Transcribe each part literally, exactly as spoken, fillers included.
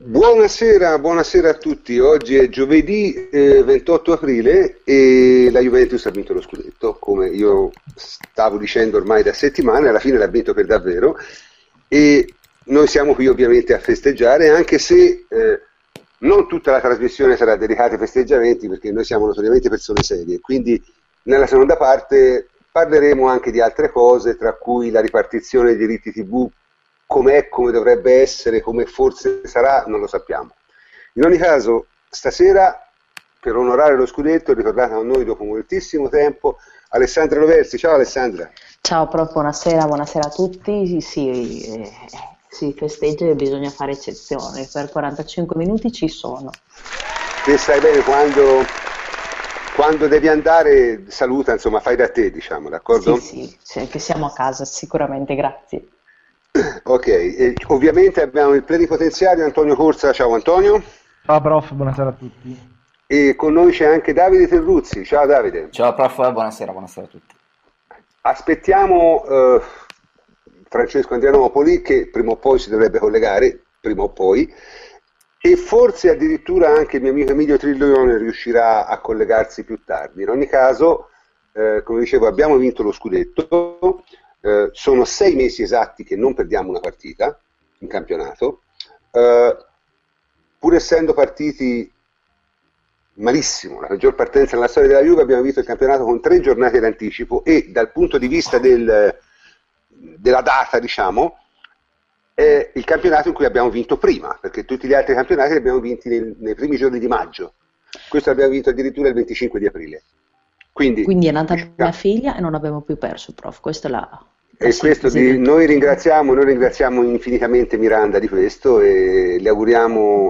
Buonasera, buonasera a tutti. Oggi è giovedì eh, ventotto aprile e la Juventus ha vinto lo scudetto, come io stavo dicendo ormai da settimane, alla fine l'ha vinto per davvero e noi siamo qui ovviamente a festeggiare, anche se eh, non tutta la trasmissione sarà dedicata ai festeggiamenti, perché noi siamo notoriamente persone serie, quindi nella seconda parte parleremo anche di altre cose, tra cui la ripartizione dei diritti tivù, com'è, come dovrebbe essere, come forse sarà, non lo sappiamo. In ogni caso, stasera, per onorare lo scudetto, è ritornata con noi dopo moltissimo tempo Alessandra Roversi. Ciao Alessandra. Ciao prof, buonasera, buonasera a tutti. Sì, sì, eh, si festeggia e bisogna fare eccezione. Per quarantacinque minuti ci sono. Te sai bene quando, quando devi andare, saluta, insomma, fai da te, diciamo, d'accordo? Sì, sì, sì, che siamo a casa sicuramente, grazie. Ok, e ovviamente abbiamo il plenipotenziario Antonio Corsa. Ciao Antonio. Ciao prof, buonasera a tutti. E con noi c'è anche Davide Terruzzi. Ciao Davide. Ciao prof, buonasera, buonasera a tutti. Aspettiamo eh, Francesco Andrianopoli, che prima o poi si dovrebbe collegare, prima o poi, e forse addirittura anche il mio amico Emilio Triglione riuscirà a collegarsi più tardi. In ogni caso, eh, come dicevo, abbiamo vinto lo scudetto. Uh, sono sei mesi esatti che non perdiamo una partita in campionato, uh, pur essendo partiti malissimo, la peggior partenza nella storia della Juve, abbiamo vinto il campionato con tre giornate d'anticipo e dal punto di vista del, della data, diciamo, è il campionato in cui abbiamo vinto prima, perché tutti gli altri campionati li abbiamo vinti nel, nei primi giorni di maggio. Questo l'abbiamo vinto addirittura il venticinque di aprile. Quindi, Quindi è nata diciamo, mia figlia e non abbiamo più perso, prof. Questa è la... E questo di, noi, ringraziamo, noi ringraziamo infinitamente Miranda di questo e le auguriamo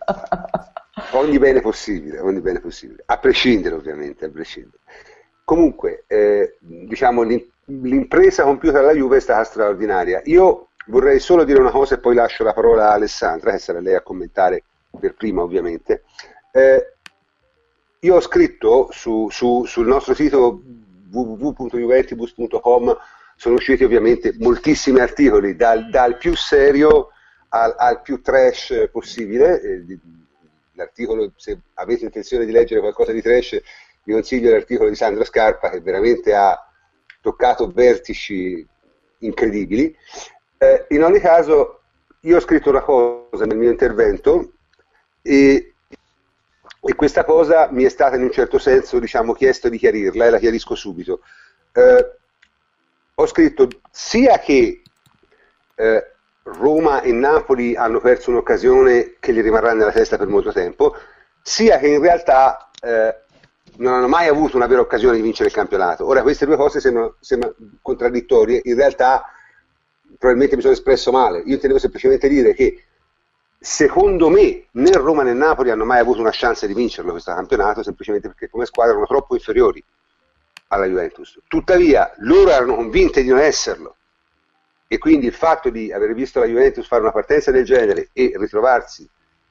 ogni bene possibile, ogni bene possibile, a prescindere ovviamente, a prescindere. Comunque, eh, diciamo, l'impresa compiuta dalla Juve è stata straordinaria. Io vorrei solo dire una cosa e poi lascio la parola a Alessandra, che sarà lei a commentare per prima ovviamente. Eh, io ho scritto su, su, sul nostro sito w w w punto juventibus punto com. Sono usciti ovviamente moltissimi articoli, dal, dal più serio al, al più trash possibile. L'articolo, se avete intenzione di leggere qualcosa di trash, vi consiglio l'articolo di Sandro Scarpa, che veramente ha toccato vertici incredibili. Eh, in ogni caso, io ho scritto una cosa nel mio intervento e, e questa cosa mi è stata in un certo senso, diciamo, chiesto di chiarirla e la chiarisco subito. Eh, Ho scritto sia che eh, Roma e Napoli hanno perso un'occasione che gli rimarrà nella testa per molto tempo, sia che in realtà eh, non hanno mai avuto una vera occasione di vincere il campionato. Ora, queste due cose sembrano, sembrano contraddittorie, in realtà probabilmente mi sono espresso male. Io intendevo semplicemente dire che secondo me né Roma né Napoli hanno mai avuto una chance di vincerlo questo campionato, semplicemente perché come squadra erano troppo inferiori alla Juventus. Tuttavia loro erano convinte di non esserlo e quindi il fatto di aver visto la Juventus fare una partenza del genere e ritrovarsi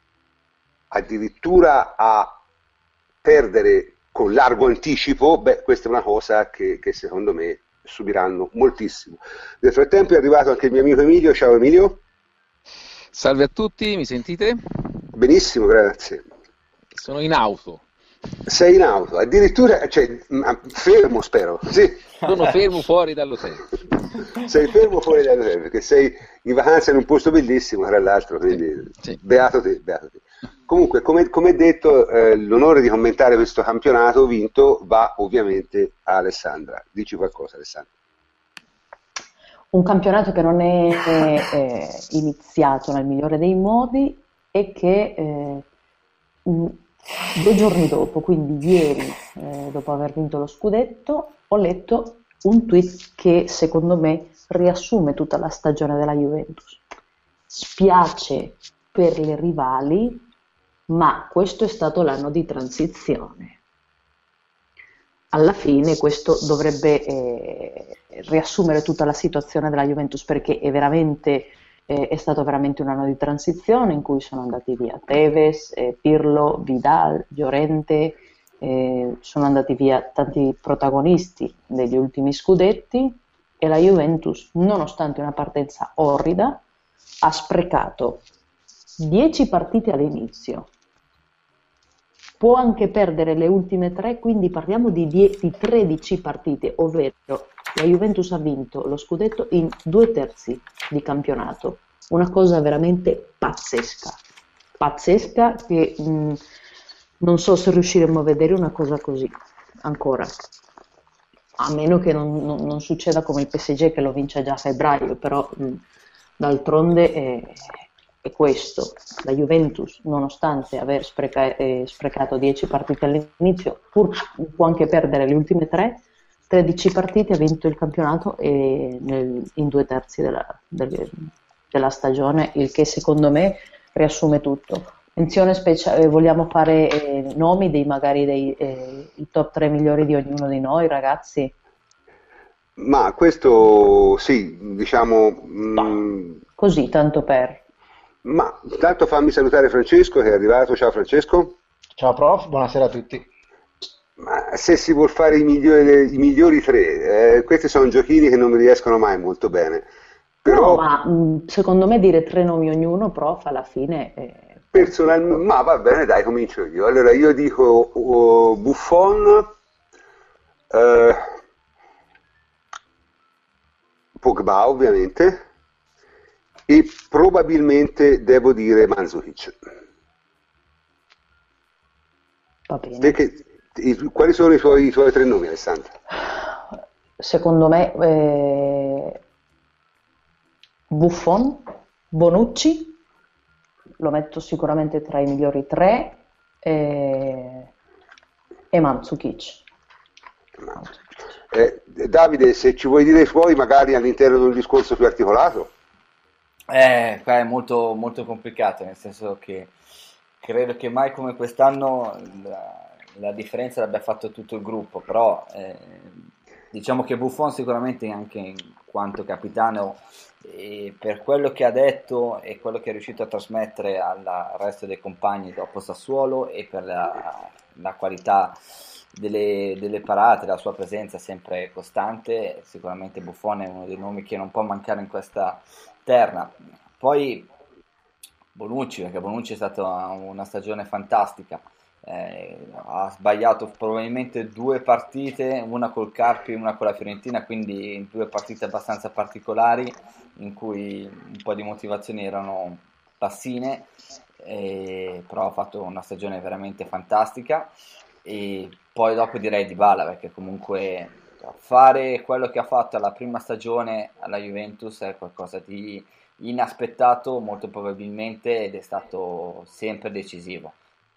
addirittura a perdere con largo anticipo, beh, questa è una cosa che, che secondo me subiranno moltissimo. Nel frattempo è arrivato anche il mio amico Emilio. Ciao Emilio. Salve a tutti, mi sentite? Benissimo, grazie. Sono in auto. Sei in auto, addirittura, cioè, fermo spero, sì. Sono fermo fuori dall'hotel. Sei fermo fuori dall'hotel perché sei in vacanza in un posto bellissimo, tra l'altro, quindi sì, sì. Beato te, beato te. Comunque, come, come detto, eh, l'onore di commentare questo campionato vinto va ovviamente a Alessandra. Dici qualcosa, Alessandra. Un campionato che non è eh, iniziato nel migliore dei modi e che... Eh, mh, Due giorni dopo, quindi ieri, eh, dopo aver vinto lo scudetto, ho letto un tweet che secondo me riassume tutta la stagione della Juventus. Spiace per le rivali, ma questo è stato l'anno di transizione. Alla fine questo dovrebbe eh, riassumere tutta la situazione della Juventus, perché è veramente... Eh, è stato veramente un anno di transizione in cui sono andati via Tevez, eh, Pirlo, Vidal, Llorente, eh, sono andati via tanti protagonisti degli ultimi scudetti e la Juventus, nonostante una partenza orrida, ha sprecato dieci partite all'inizio, può anche perdere le ultime tre, quindi parliamo di, die- di tredici partite, ovvero la Juventus ha vinto lo scudetto in due terzi di campionato, una cosa veramente pazzesca, pazzesca che mh, non so se riusciremo a vedere una cosa così ancora, a meno che non, non- non succeda come il P S G che lo vince già a febbraio, però mh, d'altronde è, è questo. La Juventus, nonostante aver spreca- eh, sprecato dieci partite all'inizio, pur può anche perdere le ultime tre, tredici partite, ha vinto il campionato e nel- in due terzi della, del- della stagione, il che secondo me riassume tutto. Menzione speciale, vogliamo fare eh, nomi dei magari dei eh, i top tre migliori di ognuno di noi, ragazzi? Ma questo sì, diciamo, No, mh, così tanto per. ma intanto fammi salutare Francesco che è arrivato. Ciao Francesco. Ciao prof, buonasera a tutti. Ma se si vuol fare i migliori, i migliori tre, eh, questi sono giochini che non mi riescono mai molto bene. No, Però ma mh, secondo me dire tre nomi ognuno, prof, alla fine eh, poi personalmente, tutto. ma va bene, dai, comincio io. Allora, io dico oh, Buffon, eh, Pogba ovviamente, e probabilmente devo dire Mandzukic. Va Te bene. che- i- quali sono i tuoi, i tuoi tre nomi, Alessandro? Secondo me eh, Buffon, Bonucci, lo metto sicuramente tra i migliori tre, eh, e Mandzukic. Mandzukic. Eh, Davide, se ci vuoi dire i tuoi, magari all'interno di un discorso più articolato. Eh, qua è molto, molto complicato, nel senso che credo che mai come quest'anno la, la differenza l'abbia fatto tutto il gruppo, però eh, diciamo che Buffon sicuramente anche in quanto capitano, e per quello che ha detto e quello che è riuscito a trasmettere al resto dei compagni dopo Sassuolo e per la, la qualità delle, delle parate, la sua presenza sempre costante, sicuramente Buffon è uno dei nomi che non può mancare in questa terna. Poi Bonucci, perché Bonucci è stata una stagione fantastica. Eh, ha sbagliato probabilmente due partite, una col Carpi e una con la Fiorentina, quindi due partite abbastanza particolari in cui un po' di motivazioni erano bassine, eh, però ha fatto una stagione veramente fantastica. E poi dopo direi Dybala, perché comunque fare quello che ha fatto alla prima stagione alla Juventus è qualcosa di inaspettato molto probabilmente ed è stato sempre decisivo.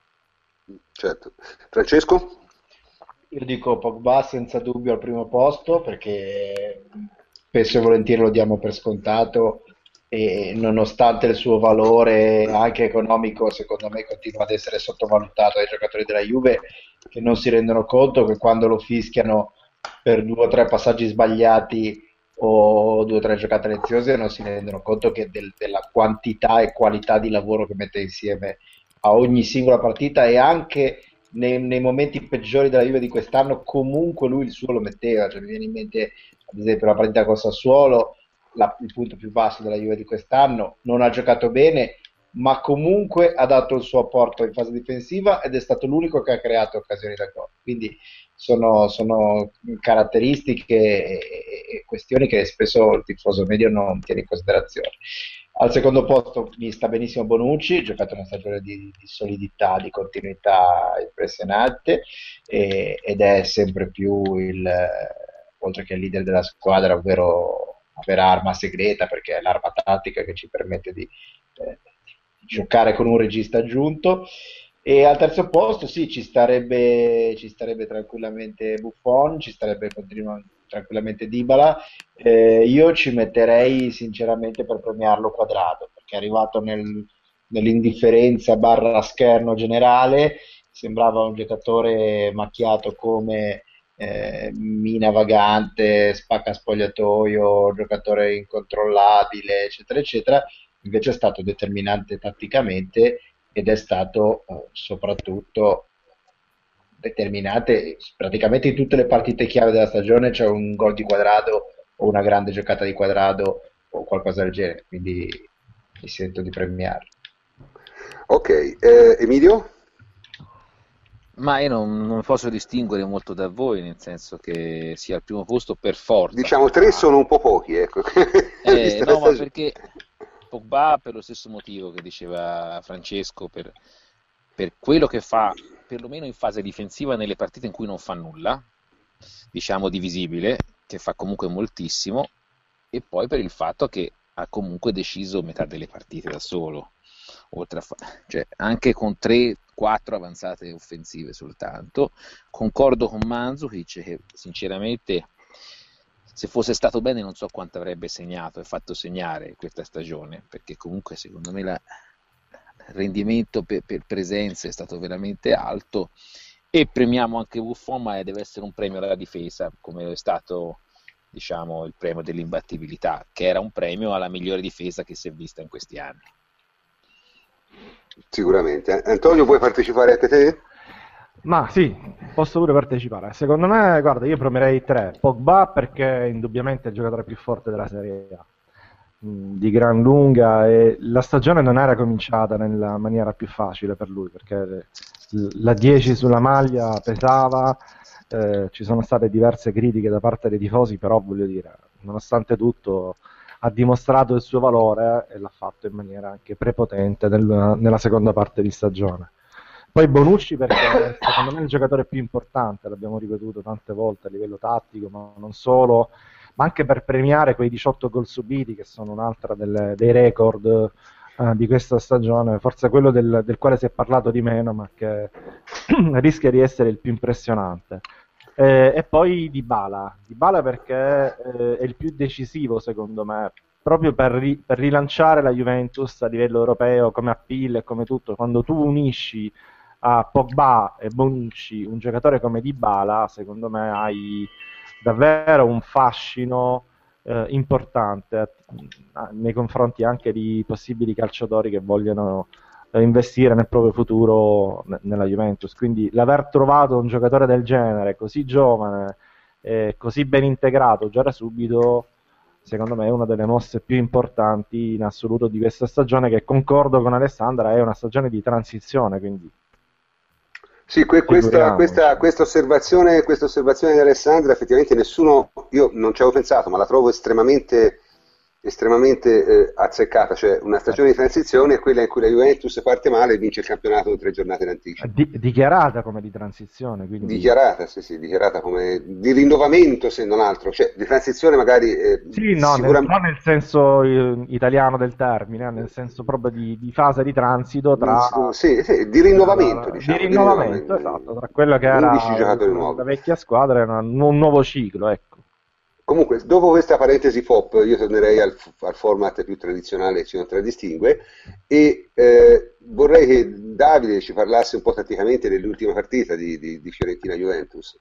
Certo. Francesco? Io dico Pogba senza dubbio al primo posto perché spesso e volentieri lo diamo per scontato e nonostante il suo valore anche economico, secondo me continua ad essere sottovalutato dai giocatori della Juve che non si rendono conto che quando lo fischiano per due o tre passaggi sbagliati o due o tre giocate leziose non si rendono conto che del- della quantità e qualità di lavoro che mette insieme a ogni singola partita e anche nei, nei momenti peggiori della Juve di quest'anno comunque lui il suo lo metteva, cioè mi viene in mente ad esempio la partita con Sassuolo, la- il punto più basso della Juve di quest'anno, non ha giocato bene ma comunque ha dato il suo apporto in fase difensiva ed è stato l'unico che ha creato occasioni da gol, quindi sono, sono caratteristiche e, e questioni che spesso il tifoso medio non tiene in considerazione. Al secondo posto mi sta benissimo Bonucci, ha giocato una stagione di, di solidità, di continuità impressionante e- ed è sempre più il, eh, oltre che il leader della squadra, ovvero una vera arma segreta perché è l'arma tattica che ci permette di, eh, di giocare con un regista aggiunto. E al terzo posto sì, ci starebbe, ci starebbe tranquillamente Buffon, ci starebbe continua- tranquillamente Dybala. Eh, io ci metterei sinceramente per premiarlo Quadrado, perché è arrivato nel- nell'indifferenza barra scherno generale, sembrava un giocatore macchiato come eh, mina vagante, spacca spogliatoio, giocatore incontrollabile, eccetera, eccetera. Invece è stato determinante tatticamente ed è stato eh, soprattutto determinante praticamente in tutte le partite chiave della stagione c'è un gol di Quadrado o una grande giocata di Quadrado o qualcosa del genere, quindi mi sento di premiarlo. Ok, eh, Emilio? Ma io non, non posso distinguere molto da voi, nel senso che sia al primo posto per forza Diciamo tre Pogba. sono un po' pochi, ecco, Eh, vista la no, ma stagione. perché Pogba per lo stesso motivo che diceva Francesco, per, per quello che fa, perlomeno in fase difensiva nelle partite in cui non fa nulla, diciamo divisibile, che fa comunque moltissimo, e poi per il fatto che ha comunque deciso metà delle partite da solo, oltre a fa- cioè anche con tre quattro avanzate offensive soltanto. Concordo con Mandzukic che sinceramente se fosse stato bene non so quanto avrebbe segnato e fatto segnare questa stagione, perché comunque secondo me la- il rendimento per, per presenza è stato veramente alto, e premiamo anche Buffon, ma deve essere un premio alla difesa, come è stato diciamo il premio dell'imbattibilità, che era un premio alla migliore difesa che si è vista in questi anni. Sicuramente. Antonio, vuoi partecipare anche te? Ma sì, posso pure partecipare. Secondo me, guarda, io promerei tre. Pogba perché è indubbiamente il giocatore più forte della Serie A, mh, di gran lunga, e la stagione non era cominciata nella maniera più facile per lui, perché l- la dieci sulla maglia pesava, eh, ci sono state diverse critiche da parte dei tifosi, però voglio dire, nonostante tutto ha dimostrato il suo valore e l'ha fatto in maniera anche prepotente nel- nella seconda parte di stagione. Poi Bonucci perché secondo me è il giocatore più importante, l'abbiamo ripetuto tante volte a livello tattico, ma non solo, ma anche per premiare quei diciotto gol subiti che sono un'altra delle- dei record eh, di questa stagione, forse quello del, del quale si è parlato di meno, ma che rischia di essere il più impressionante. Eh, e poi Dybala, Dybala perché eh, è il più decisivo secondo me, proprio per, ri- per rilanciare la Juventus a livello europeo come appeal e come tutto, quando tu unisci a Pogba e Bonucci un giocatore come Dybala, secondo me hai davvero un fascino eh, importante eh, nei confronti anche di possibili calciatori che vogliono eh, investire nel proprio futuro ne- nella Juventus. Quindi l'aver trovato un giocatore del genere, così giovane e così ben integrato già da subito, secondo me è una delle mosse più importanti in assoluto di questa stagione, che concordo con Alessandra, è una stagione di transizione, quindi Sì, que- questa, figuriamoci. questa, questa osservazione, questa osservazione di Alessandra, effettivamente nessuno, io non ci avevo pensato, ma la trovo estremamente, estremamente eh, azzeccata, cioè una Eh, stagione di transizione è quella in cui la Juventus parte male e vince il campionato tre giornate in anticipo. di- dichiarata come di transizione, quindi Dichiarata, sì, sì, dichiarata come di rinnovamento se non altro, cioè di transizione magari eh, sì, no, nel- sicuramente non nel senso eh, italiano del termine, eh, nel senso proprio di, di fase di transito tra, sì, sì, di tra la- rinnovamento, la- di diciamo, di rinnovamento, rinnovamento, esatto, tra quella che undici era giocatori la, la nuovi. vecchia squadra e una- un nuovo ciclo, ecco. Comunque, dopo questa parentesi pop, io tornerei al, al format più tradizionale che ci contraddistingue e eh, vorrei che Davide ci parlasse un po' tatticamente dell'ultima partita di, di, di Fiorentina-Juventus.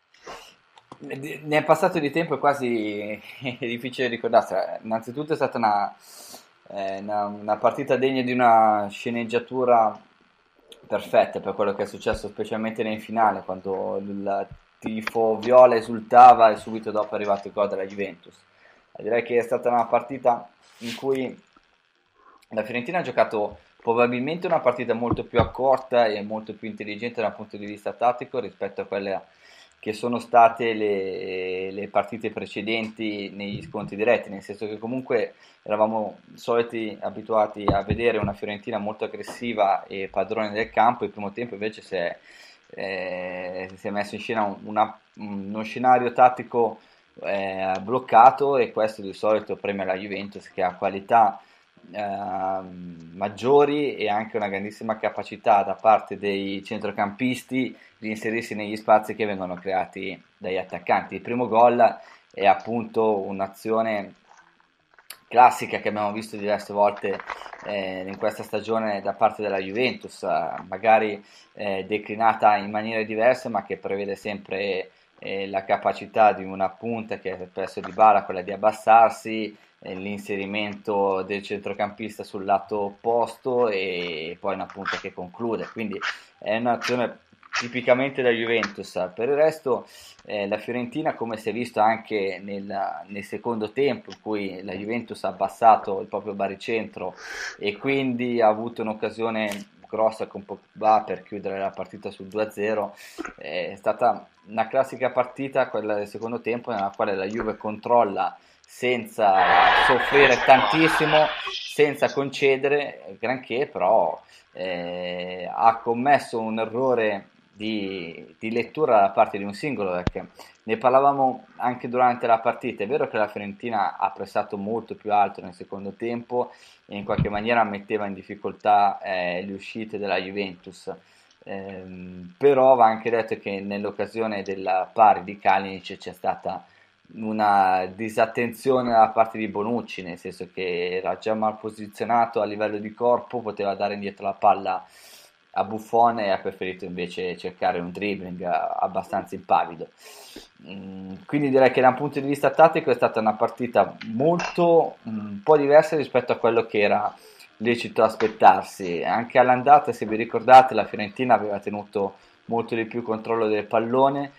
Ne è passato di tempo, è quasi è difficile ricordarsela. Innanzitutto è stata una, eh, una, una partita degna di una sceneggiatura perfetta per quello che è successo, specialmente in finale, quando il tifo viola esultava e subito dopo è arrivato il gol della Juventus. Direi che è stata una partita in cui la Fiorentina ha giocato probabilmente una partita molto più accorta e molto più intelligente dal punto di vista tattico rispetto a quelle che sono state le, le partite precedenti negli scontri diretti, nel senso che comunque eravamo soliti abituati a vedere una Fiorentina molto aggressiva e padrone del campo. Il primo tempo invece si è, eh, si è messo in scena un- una- uno scenario tattico eh, bloccato, e questo di solito premia la Juventus, che ha qualità ehm, maggiori e anche una grandissima capacità da parte dei centrocampisti di inserirsi negli spazi che vengono creati dagli attaccanti. Il primo gol è appunto un'azione classica che abbiamo visto diverse volte eh, in questa stagione da parte della Juventus, eh, magari eh, declinata in maniere diverse, ma che prevede sempre eh, la capacità di una punta, che è spesso Dybala, quella di abbassarsi, eh, l'inserimento del centrocampista sul lato opposto e poi una punta che conclude. Quindi è un'azione tipicamente da Juventus. Per il resto eh, la Fiorentina, come si è visto anche nel, nel secondo tempo, in cui la Juventus ha abbassato il proprio baricentro e quindi ha avuto un'occasione grossa con Pogba per chiudere la partita sul due a zero, è stata una classica partita, quella del secondo tempo, nella quale la Juve controlla senza soffrire tantissimo, senza concedere granché, però eh, ha commesso un errore di, di lettura da parte di un singolo, perché ne parlavamo anche durante la partita. È vero che la Fiorentina ha pressato molto più alto nel secondo tempo e in qualche maniera metteva in difficoltà eh, le uscite della Juventus, ehm, però va anche detto che nell'occasione della pari di Kalinic c'è stata una disattenzione da parte di Bonucci, nel senso che era già mal posizionato a livello di corpo, poteva dare indietro la palla a Buffon e ha preferito invece cercare un dribbling abbastanza impavido. Quindi direi che da un punto di vista tattico è stata una partita molto un po' diversa rispetto a quello che era lecito aspettarsi. Anche all'andata, se vi ricordate, la Fiorentina aveva tenuto molto di più controllo del pallone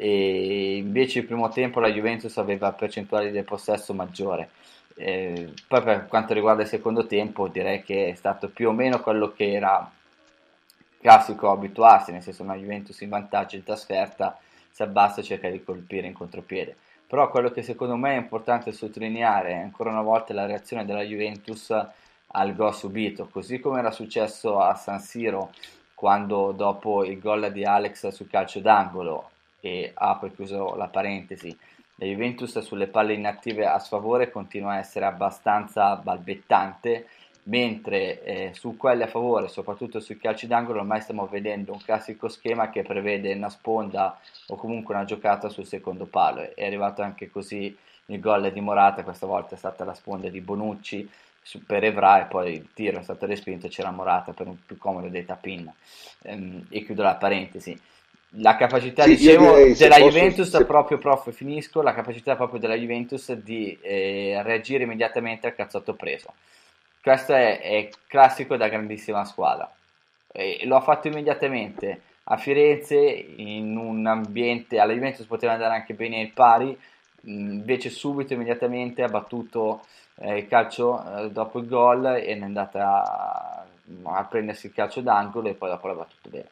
e invece il primo tempo la Juventus aveva percentuali del possesso maggiore. Eh, poi per quanto riguarda il secondo tempo direi che è stato più o meno quello che era classico abituarsi, nel senso una Juventus in vantaggio in trasferta si abbassa e cerca di colpire in contropiede. Però quello che secondo me è importante sottolineare è ancora una volta la reazione della Juventus al gol subito, così come era successo a San Siro quando dopo il gol di Alex sul calcio d'angolo, e apro e chiuso la parentesi, la Juventus sulle palle inattive a sfavore continua a essere abbastanza balbettante, mentre eh, su quelle a favore, soprattutto sui calci d'angolo, ormai stiamo vedendo un classico schema che prevede una sponda o comunque una giocata sul secondo palo. È arrivato anche così il gol di Morata, questa volta è stata la sponda di Bonucci per Evra e poi il tiro è stato respinto, c'era Morata per un più comodo dei tap-in. Ehm, e chiudo la parentesi. La capacità, Sì, dicevo, direi, della posso, Juventus, se... proprio prof, finisco, la capacità proprio della Juventus di eh, reagire immediatamente al cazzotto preso. Questo è, è classico da grandissima squadra. E lo ha fatto immediatamente a Firenze, in un ambiente, alla Juventus poteva andare anche bene il pari, invece subito, immediatamente ha battuto eh, il calcio eh, dopo il gol e è andata a, a prendersi il calcio d'angolo e poi dopo l'ha battuto bene.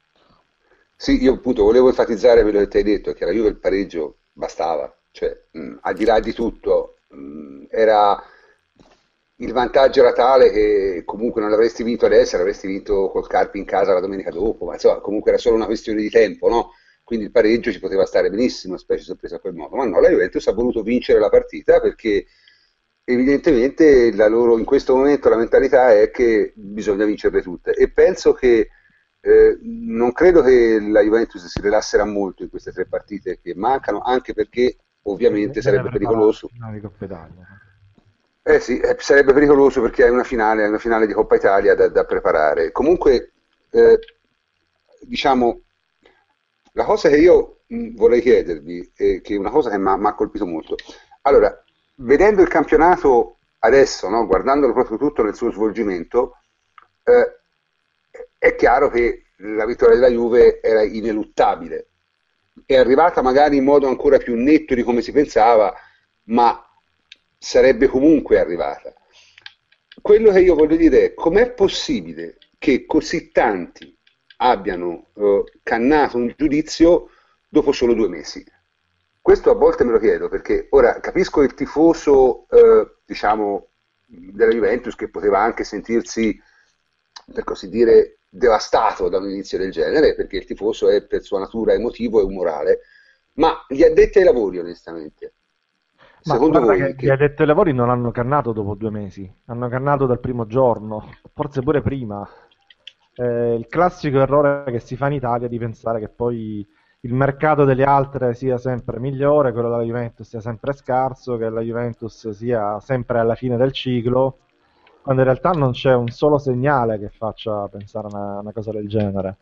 Sì, io appunto volevo enfatizzare quello che ti hai detto, che la Juve il pareggio bastava, cioè mh, al di là di tutto mh, era, il vantaggio era tale che comunque non l'avresti vinto adesso, l'avresti vinto col Carpi in casa la domenica dopo, ma insomma comunque era solo una questione di tempo, no? Quindi il pareggio ci poteva stare benissimo, specie se preso a quel modo, ma no, la Juventus ha voluto vincere la partita perché evidentemente la loro, in questo momento la mentalità è che bisogna vincerle tutte e penso che Eh, non credo che la Juventus si rilasserà molto in queste tre partite che mancano, anche perché ovviamente sarebbe pericoloso. Di Coppa Italia. Eh sì, eh, sarebbe pericoloso perché è una finale, è una finale di Coppa Italia da, da preparare. Comunque, eh, diciamo, la cosa che io mh, vorrei chiedervi, è che è una cosa che mi ha colpito molto. Allora, vedendo il campionato adesso, no, guardandolo proprio tutto nel suo svolgimento, eh, è chiaro che la vittoria della Juve era ineluttabile, è arrivata magari in modo ancora più netto di come si pensava, ma sarebbe comunque arrivata. Quello che io voglio dire è: com'è possibile che così tanti abbiano eh, cannato un giudizio dopo solo due mesi? Questo a volte me lo chiedo, perché ora capisco il tifoso eh, diciamo della Juventus che poteva anche sentirsi, per così dire, devastato da un inizio del genere, perché il tifoso è per sua natura emotivo e umorale, ma gli addetti ai lavori, onestamente, ma secondo guarda voi che che... gli addetti ai lavori non hanno cannato dopo due mesi, hanno cannato dal primo giorno, forse pure prima. Eh, il classico errore che si fa in Italia di pensare che poi il mercato delle altre sia sempre migliore, quello della Juventus sia sempre scarso, che la Juventus sia sempre alla fine del ciclo, quando in realtà non c'è un solo segnale che faccia pensare a una, una cosa del genere.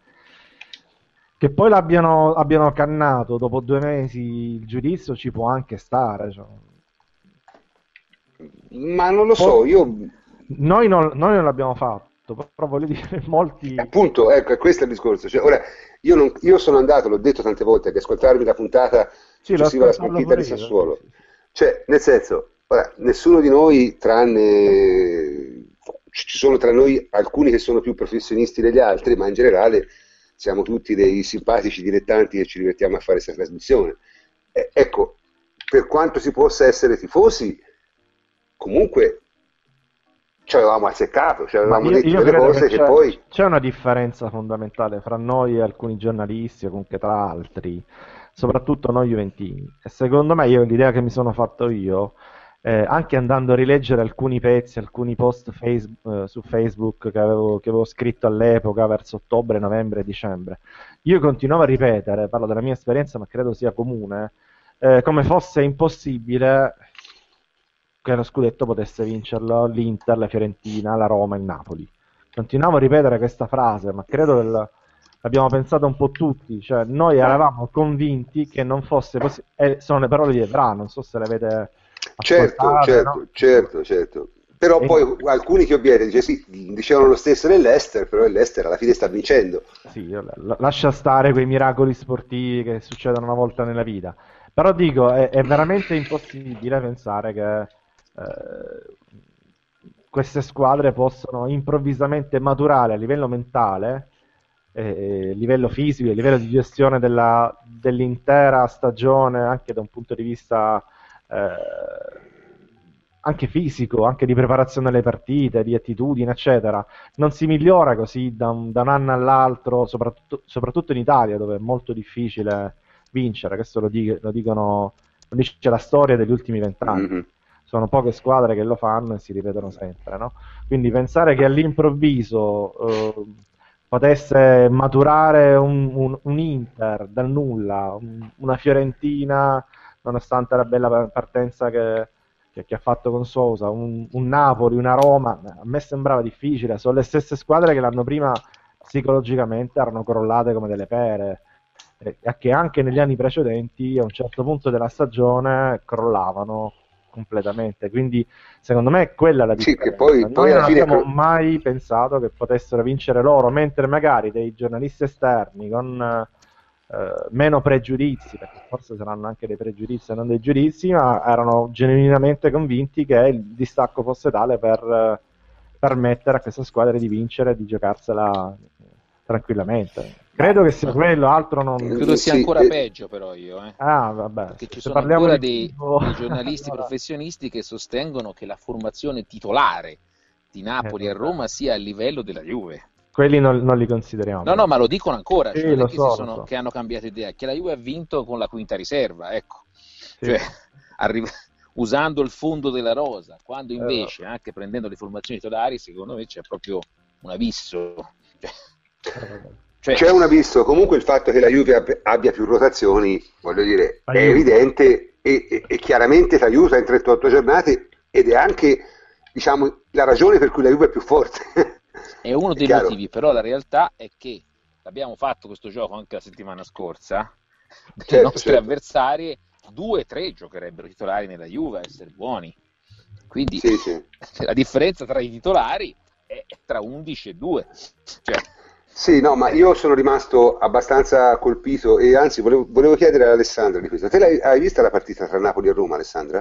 Che poi l'abbiano abbiano cannato dopo due mesi il giudizio ci può anche stare. Cioè. Ma non lo Poi, so, io... Noi non, noi non l'abbiamo fatto, tutto, però voglio dire, molti... Appunto, ecco, questo è il discorso. Cioè, ora, io, non- io sono andato, l'ho detto tante volte, ad ascoltarmi la puntata Sì, l'ho successiva alla ascoltato sconfitta pure di io, sì, Sassuolo. sì, sì. Cioè, nel senso, ora, nessuno di noi, tranne... ci sono tra noi alcuni che sono più professionisti degli altri, ma in generale siamo tutti dei simpatici dilettanti che ci divertiamo a fare questa trasmissione. Eh, ecco, per quanto si possa essere tifosi, comunque ci avevamo azzeccato, ci Ma avevamo io, detto io delle credo che cose che c'è poi... c'è una differenza fondamentale fra noi e alcuni giornalisti, o comunque tra altri, soprattutto noi juventini. E secondo me, io l'idea che mi sono fatto io, eh, anche andando a rileggere alcuni pezzi, alcuni post face- eh, su Facebook che avevo, che avevo scritto all'epoca, verso ottobre, novembre, dicembre, io continuavo a ripetere, parlo della mia esperienza, ma credo sia comune, eh, come fosse impossibile che lo scudetto potesse vincerlo l'Inter, la Fiorentina, la Roma, il Napoli. Continuavo a ripetere questa frase, ma credo che l- l'abbiamo pensata un po' tutti, cioè noi eravamo convinti che non fosse possibile, e sono le parole di Evra, non so se le avete Certo, ascoltate, no? certo, certo, certo. Però E- poi alcuni che ovviamente dice, sì, dicevano lo stesso dell'Ester, però l'Ester alla fine sta vincendo. Sì, vabbè, la- lascia stare quei miracoli sportivi che succedono una volta nella vita. Però dico, è, è veramente impossibile pensare che eh, queste squadre possano improvvisamente maturare a livello mentale, eh, a livello fisico, a livello di gestione della- dell'intera stagione, anche da un punto di vista eh, anche fisico, anche di preparazione alle partite, di attitudine, eccetera. Non si migliora così da un, da un anno all'altro, soprattutto, soprattutto in Italia, dove è molto difficile vincere. Questo lo, di- lo dicono, lo dice la storia degli ultimi vent'anni. Mhm. Sono poche squadre che lo fanno e si ripetono sempre, no? Quindi pensare che all'improvviso eh, potesse maturare un, un- un Inter dal nulla, un- una Fiorentina, nonostante la bella partenza che, che- che ha fatto con Sousa, un, un Napoli, una Roma, a me sembrava difficile, sono le stesse squadre che l'anno prima psicologicamente erano crollate come delle pere, e e che anche negli anni precedenti a un certo punto della stagione crollavano completamente. Quindi secondo me è quella la Sì, che differenza. poi, poi Noi alla non fine... abbiamo cro- mai pensato che potessero vincere loro, mentre magari dei giornalisti esterni con eh, meno pregiudizi, perché forse saranno anche dei pregiudizi e non dei giudizi, ma erano genuinamente convinti che il distacco fosse tale per eh, permettere a queste squadre di vincere e di giocarsela tranquillamente. Ma, Credo che sia ma quello, altro non... credo sia Sì, ancora eh, peggio però io, eh. Ah, vabbè, Perché se, ci se sono parliamo ancora di dei, tifo, dei giornalisti allora... professionisti che sostengono che la formazione titolare di Eh, Napoli e vabbè. Roma sia a livello della Juve. Quelli non, non li consideriamo No, no, però. ma lo dicono ancora, cioè Sì, non è lo che, si so, lo sono, so. che hanno cambiato idea, che la Juve ha vinto con la quinta riserva, ecco, Sì. cioè arri- usando il fondo della rosa, quando Eh, invece anche prendendo le formazioni titolari, secondo me c'è proprio un abisso. Cioè, eh, vabbè. cioè, c'è un abisso, comunque il fatto che la Juve ab- abbia più rotazioni, voglio dire, è Aiuta. evidente e, e- e chiaramente ti aiuta in trentotto giornate ed è anche, diciamo, la ragione per cui la Juve è più forte. è uno È dei chiaro? motivi, però la realtà è che abbiamo fatto questo gioco anche la settimana scorsa, delle Certo, nostre certo. avversarie, due o tre giocherebbero titolari nella Juve a essere buoni. Quindi Sì, sì. la differenza tra i titolari è tra undici e due. Cioè, Sì, no, ma io sono rimasto abbastanza colpito e anzi volevo, volevo chiedere ad Alessandra di questo. Te l'hai, hai vista la partita tra Napoli e Roma, Alessandra?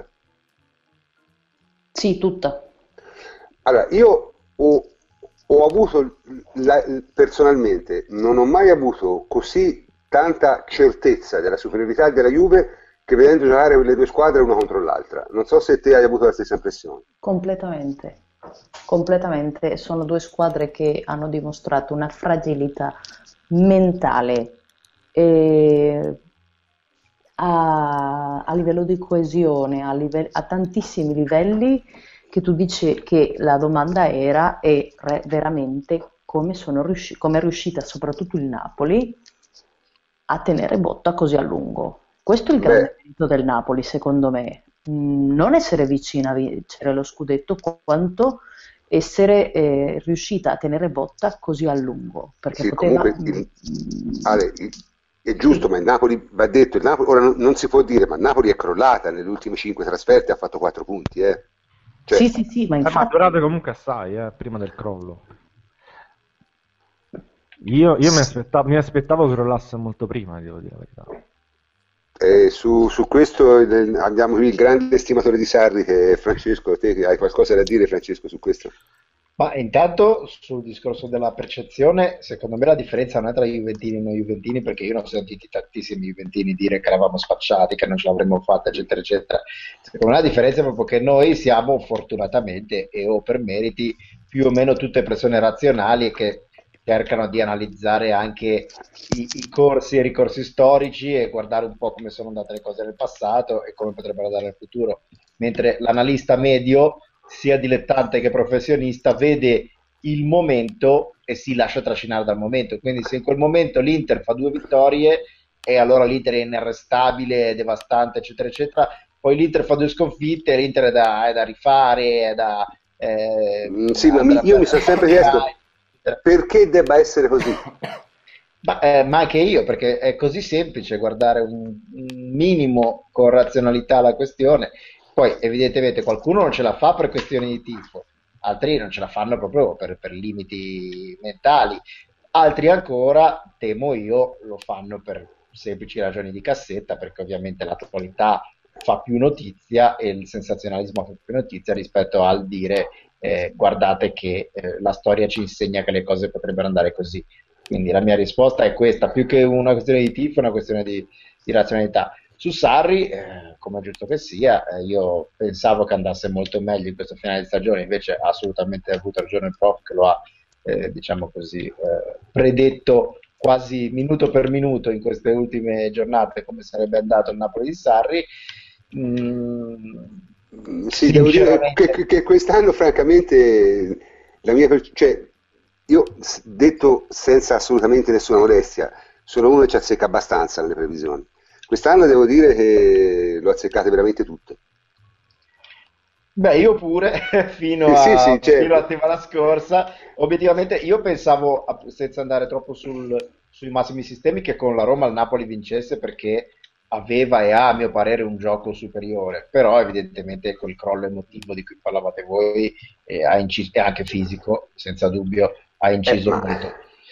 Sì, tutta. Allora, io ho, ho avuto, la- personalmente, non ho mai avuto così tanta certezza della superiorità della Juve che vedendo giocare le due squadre una contro l'altra. Non so se te hai avuto la stessa impressione. Completamente, completamente. Sono due squadre che hanno dimostrato una fragilità mentale e a, a livello di coesione, a, live- a tantissimi livelli, che tu dici che la domanda era è re- veramente come sono riusci- come è riuscita soprattutto il Napoli a tenere botta così a lungo. Questo è il Beh, grande merito del Napoli, secondo me. Mm, Non essere vicina a vincere lo scudetto, qu- quanto essere eh, riuscita a tenere botta così a lungo, perché sì, poteva... comunque mm, il- mm, Ale, il- è giusto, sì, ma il Napoli va detto, il Napoli, ora non, non si può dire, ma il Napoli è crollata nelle ultime cinque trasferte, ha fatto quattro punti, eh. sì, Cioè, sì, sì, ma Eh, ma durate infatti... comunque assai, eh, prima del crollo. Io, io mi aspettavo, mi aspettavo che rollasse molto prima, devo dire la verità. Eh, su, su questo eh, abbiamo qui il grande estimatore di Sarri che è Francesco. Te hai qualcosa da dire, Francesco, su questo? Ma intanto sul discorso della percezione, secondo me la differenza non è tra Juventini e non Juventini, perché io non ho sentito tantissimi Juventini dire che eravamo spacciati, che non ce l'avremmo fatta, eccetera, eccetera. Secondo me la differenza è proprio che noi siamo fortunatamente e o per meriti più o meno tutte persone razionali e che cercano di analizzare anche i, i corsi e i ricorsi storici e guardare un po' come sono andate le cose nel passato e come potrebbero andare nel futuro. Mentre l'analista medio, sia dilettante che professionista, vede il momento e si lascia trascinare dal momento. Quindi se in quel momento l'Inter fa due vittorie e allora l'Inter è inarrestabile, è devastante, eccetera, eccetera, poi l'Inter fa due sconfitte, l'Inter è da, è da rifare, è da... Eh, Mm, sì, ma mi- io mi sono sempre chiesto perché debba essere così. Ma, eh, ma anche io, perché è così semplice guardare un, un minimo con razionalità la questione. Poi, evidentemente, qualcuno non ce la fa per questioni di tifo, altri non ce la fanno proprio per, per limiti mentali, altri ancora, temo io, lo fanno per semplici ragioni di cassetta, perché ovviamente l'attualità fa più notizia e il sensazionalismo fa più notizia rispetto al dire eh, guardate che eh, la storia ci insegna che le cose potrebbero andare così. Quindi la mia risposta è questa, più che una questione di tifo, è una questione di, di razionalità. Su Sarri, eh, come è giusto che sia, eh, io pensavo che andasse molto meglio in questo finale di stagione, invece ha assolutamente avuto ragione il prof che lo ha, eh, diciamo così, eh, predetto quasi minuto per minuto in queste ultime giornate come sarebbe andato il Napoli di Sarri. Mm, Mm, sì, devo dire che, sinceramente, che- che quest'anno, francamente, la mia, per- cioè, io s- detto senza assolutamente nessuna modestia, sono uno che ci azzecca abbastanza nelle previsioni. Quest'anno devo dire che l'ho azzeccate veramente tutte. beh, io pure, fino Eh, sì, a, sì, fino alla certo. settimana scorsa, obiettivamente io pensavo, app- senza andare troppo sul- sui massimi sistemi, che con la Roma il Napoli vincesse perché aveva e ha, a mio parere, un gioco superiore, però evidentemente col crollo emotivo di cui parlavate voi, eh, ha inciso, e anche fisico, senza dubbio, ha Eh, inciso ma molto.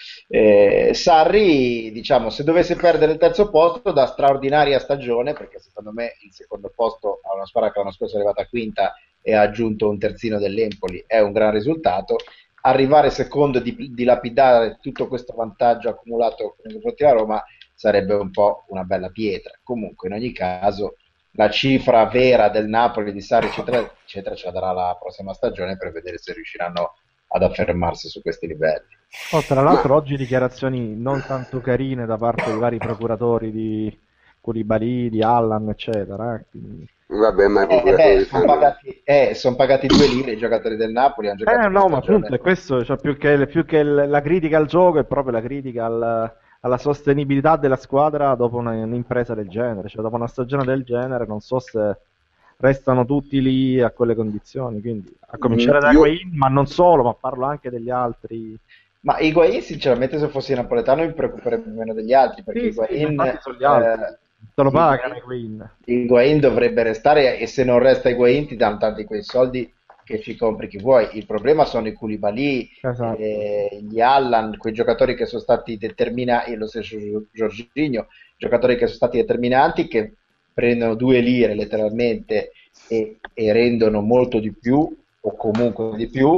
Eh, Sarri, diciamo, se dovesse perdere il terzo posto da straordinaria stagione, perché secondo me il secondo posto a una squadra che l'anno scorso è arrivata quinta e ha aggiunto un terzino dell'Empoli, è un gran risultato. Arrivare secondo e di, dilapidare tutto questo vantaggio accumulato nei confronti della Roma sarebbe un po' una bella pietra. Comunque, in ogni caso, la cifra vera del Napoli, di Sarri, eccetera, eccetera, ce la darà la prossima stagione per vedere se riusciranno ad affermarsi su questi livelli. Oh, tra Ma l'altro oggi dichiarazioni non tanto carine da parte dei vari procuratori di Koulibaly, di Allan, eccetera. eh, quindi- vabbè, ma i Eh beh, procuratori sono fanno. pagati, eh, son pagati due lire i giocatori del Napoli, hanno Eh giocato una no, ma appunto stagione. è questo, cioè, più che, più che il- la critica al gioco è proprio la critica al- alla sostenibilità della squadra dopo una- un'impresa del genere, cioè dopo una stagione del genere non so se restano tutti lì a quelle condizioni, quindi a Mm, cominciare da io, Higuain, ma non solo, ma parlo anche degli altri. Ma Higuain, sinceramente, se fossi napoletano mi preoccuperebbe meno degli altri, perché Sì, sì, ma Higuain, infatti sono gli altri, eh, se lo pagano Higuain, Higuain. Higuain dovrebbe restare e se non resta Higuain ti danno tanti quei soldi che ci compri chi vuoi. Il problema sono i Koulibaly, Esatto. eh, gli Allan, quei giocatori che sono stati determinanti, e lo stesso Gior- Jorginho, giocatori che sono stati determinanti, che prendono due lire letteralmente e, e rendono molto di più, o comunque di più,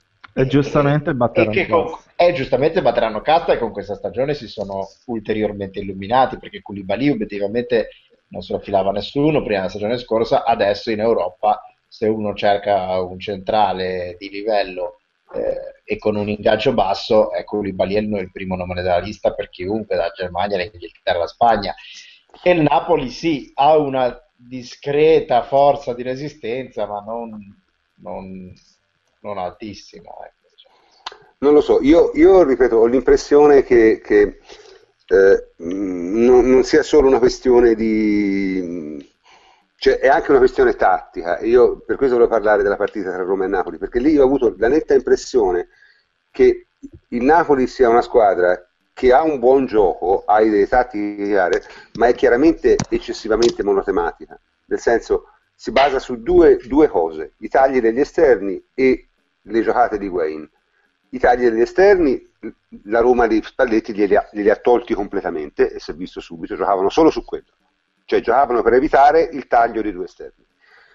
E e, e- giustamente e batteranno che con, cassa. e giustamente batteranno cassa e con questa stagione si sono ulteriormente illuminati, perché Koulibaly obiettivamente non se lo filava nessuno prima della stagione scorsa, adesso in Europa se uno cerca un centrale di livello eh, e con un ingaggio basso, ecco Koulibaly è il il primo nome della lista per chiunque, dalla Germania all'Inghilterra alla Spagna. E il Napoli sì, ha una discreta forza di resistenza, ma non, non- non altissima. Ecco, diciamo. Non lo so, io, io ripeto, ho l'impressione che, che, eh, mh, non, non sia solo una questione di. Cioè, è anche una questione tattica. Io per questo volevo parlare della partita tra Roma e Napoli, perché lì io ho avuto la netta impressione che il Napoli sia una squadra che ha un buon gioco, ha idee tattiche chiare, ma è chiaramente eccessivamente monotematica. Nel senso, si basa su due, due cose, i tagli degli esterni e le giocate di Wayne. I tagli degli esterni la Roma di Spalletti glieli ha, glieli ha tolti completamente, e si è visto subito, giocavano solo su quello, cioè giocavano per evitare il taglio dei due esterni.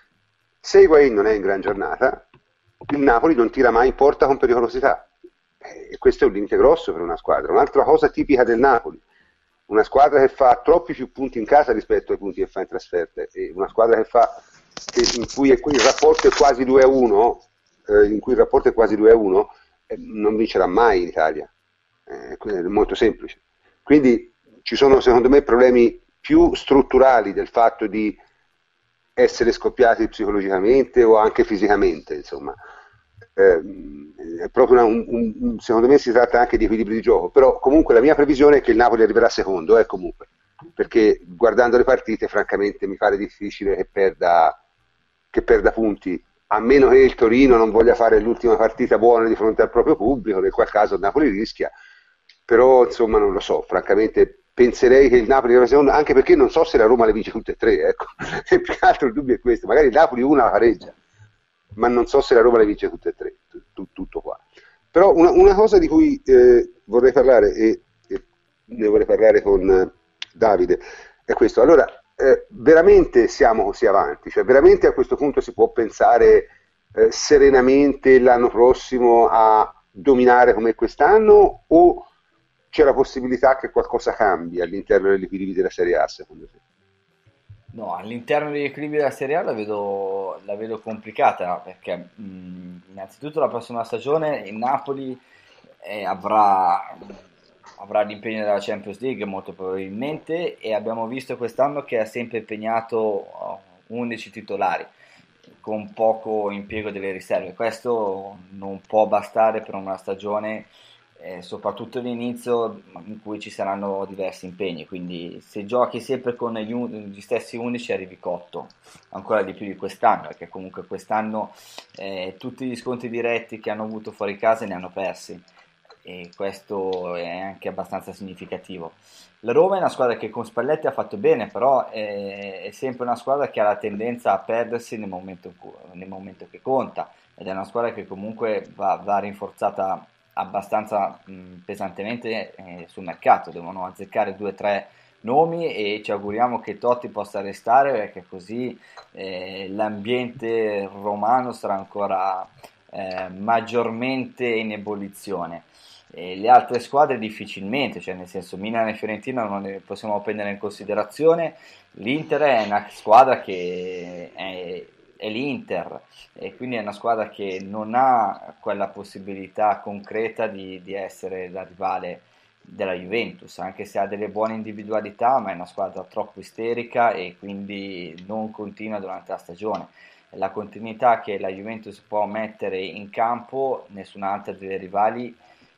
Se Higuaín non è in gran giornata, il Napoli non tira mai in porta con pericolosità, e questo è un limite grosso per una squadra. Un'altra cosa tipica del Napoli, una squadra che fa troppi più punti in casa rispetto ai punti che fa in trasferta, e una squadra che fa che, in cui il rapporto è quasi due a uno, eh, in cui il rapporto è quasi due a uno, eh, non vincerà mai in Italia, eh, è molto semplice. Quindi ci sono secondo me problemi più strutturali del fatto di essere scoppiati psicologicamente o anche fisicamente, insomma. Eh, è proprio una, un, un, secondo me si tratta anche di equilibri di gioco, però comunque la mia previsione è che il Napoli arriverà secondo, eh, comunque, perché guardando le partite francamente mi pare difficile che perda, che perda punti, a meno che il Torino non voglia fare l'ultima partita buona di fronte al proprio pubblico, nel qual caso il Napoli rischia, però insomma non lo so, francamente penserei che il Napoli arriverà secondo, anche perché non so se la Roma le vince tutte e tre, ecco. E più che altro il dubbio è questo, magari il Napoli una la pareggia, ma non so se la Roma le vince tutte e tre, t- tutto qua. Però una, una cosa di cui eh, vorrei parlare, e, e ne vorrei parlare con eh, Davide, è questo. Allora, eh, veramente siamo così avanti? Cioè, veramente a questo punto si può pensare eh, serenamente l'anno prossimo a dominare come quest'anno, o c'è la possibilità che qualcosa cambi all'interno degli equilibri della Serie A, secondo te? No, all'interno degli equilibri della Serie A la vedo, la vedo complicata, perché mh, innanzitutto la prossima stagione il Napoli eh, avrà, avrà l'impegno della Champions League molto probabilmente, e abbiamo visto quest'anno che ha sempre impegnato undici titolari con poco impiego delle riserve. Questo non può bastare per una stagione, eh, soprattutto all'inizio, in cui ci saranno diversi impegni, quindi se giochi sempre con gli, un- gli stessi undici arrivi cotto, ancora di più di quest'anno, perché comunque quest'anno eh, tutti gli scontri diretti che hanno avuto fuori casa ne hanno persi, e questo è anche abbastanza significativo. La Roma è una squadra che con Spalletti ha fatto bene, però è, è sempre una squadra che ha la tendenza a perdersi nel momento, in cui- nel momento che conta, ed è una squadra che comunque va, va rinforzata abbastanza mh, pesantemente eh, sul mercato. Devono azzeccare due o tre nomi, e ci auguriamo che Totti possa restare, perché così eh, l'ambiente romano sarà ancora eh, maggiormente in ebollizione. E le altre squadre difficilmente, cioè nel senso Milan e Fiorentina non le possiamo prendere in considerazione. L'Inter è una squadra che è, è l'Inter, e quindi è una squadra che non ha quella possibilità concreta di, di essere la rivale della Juventus, anche se ha delle buone individualità, ma è una squadra troppo isterica e quindi non continua durante la stagione. La continuità che la Juventus può mettere in campo, nessun'altra delle rivali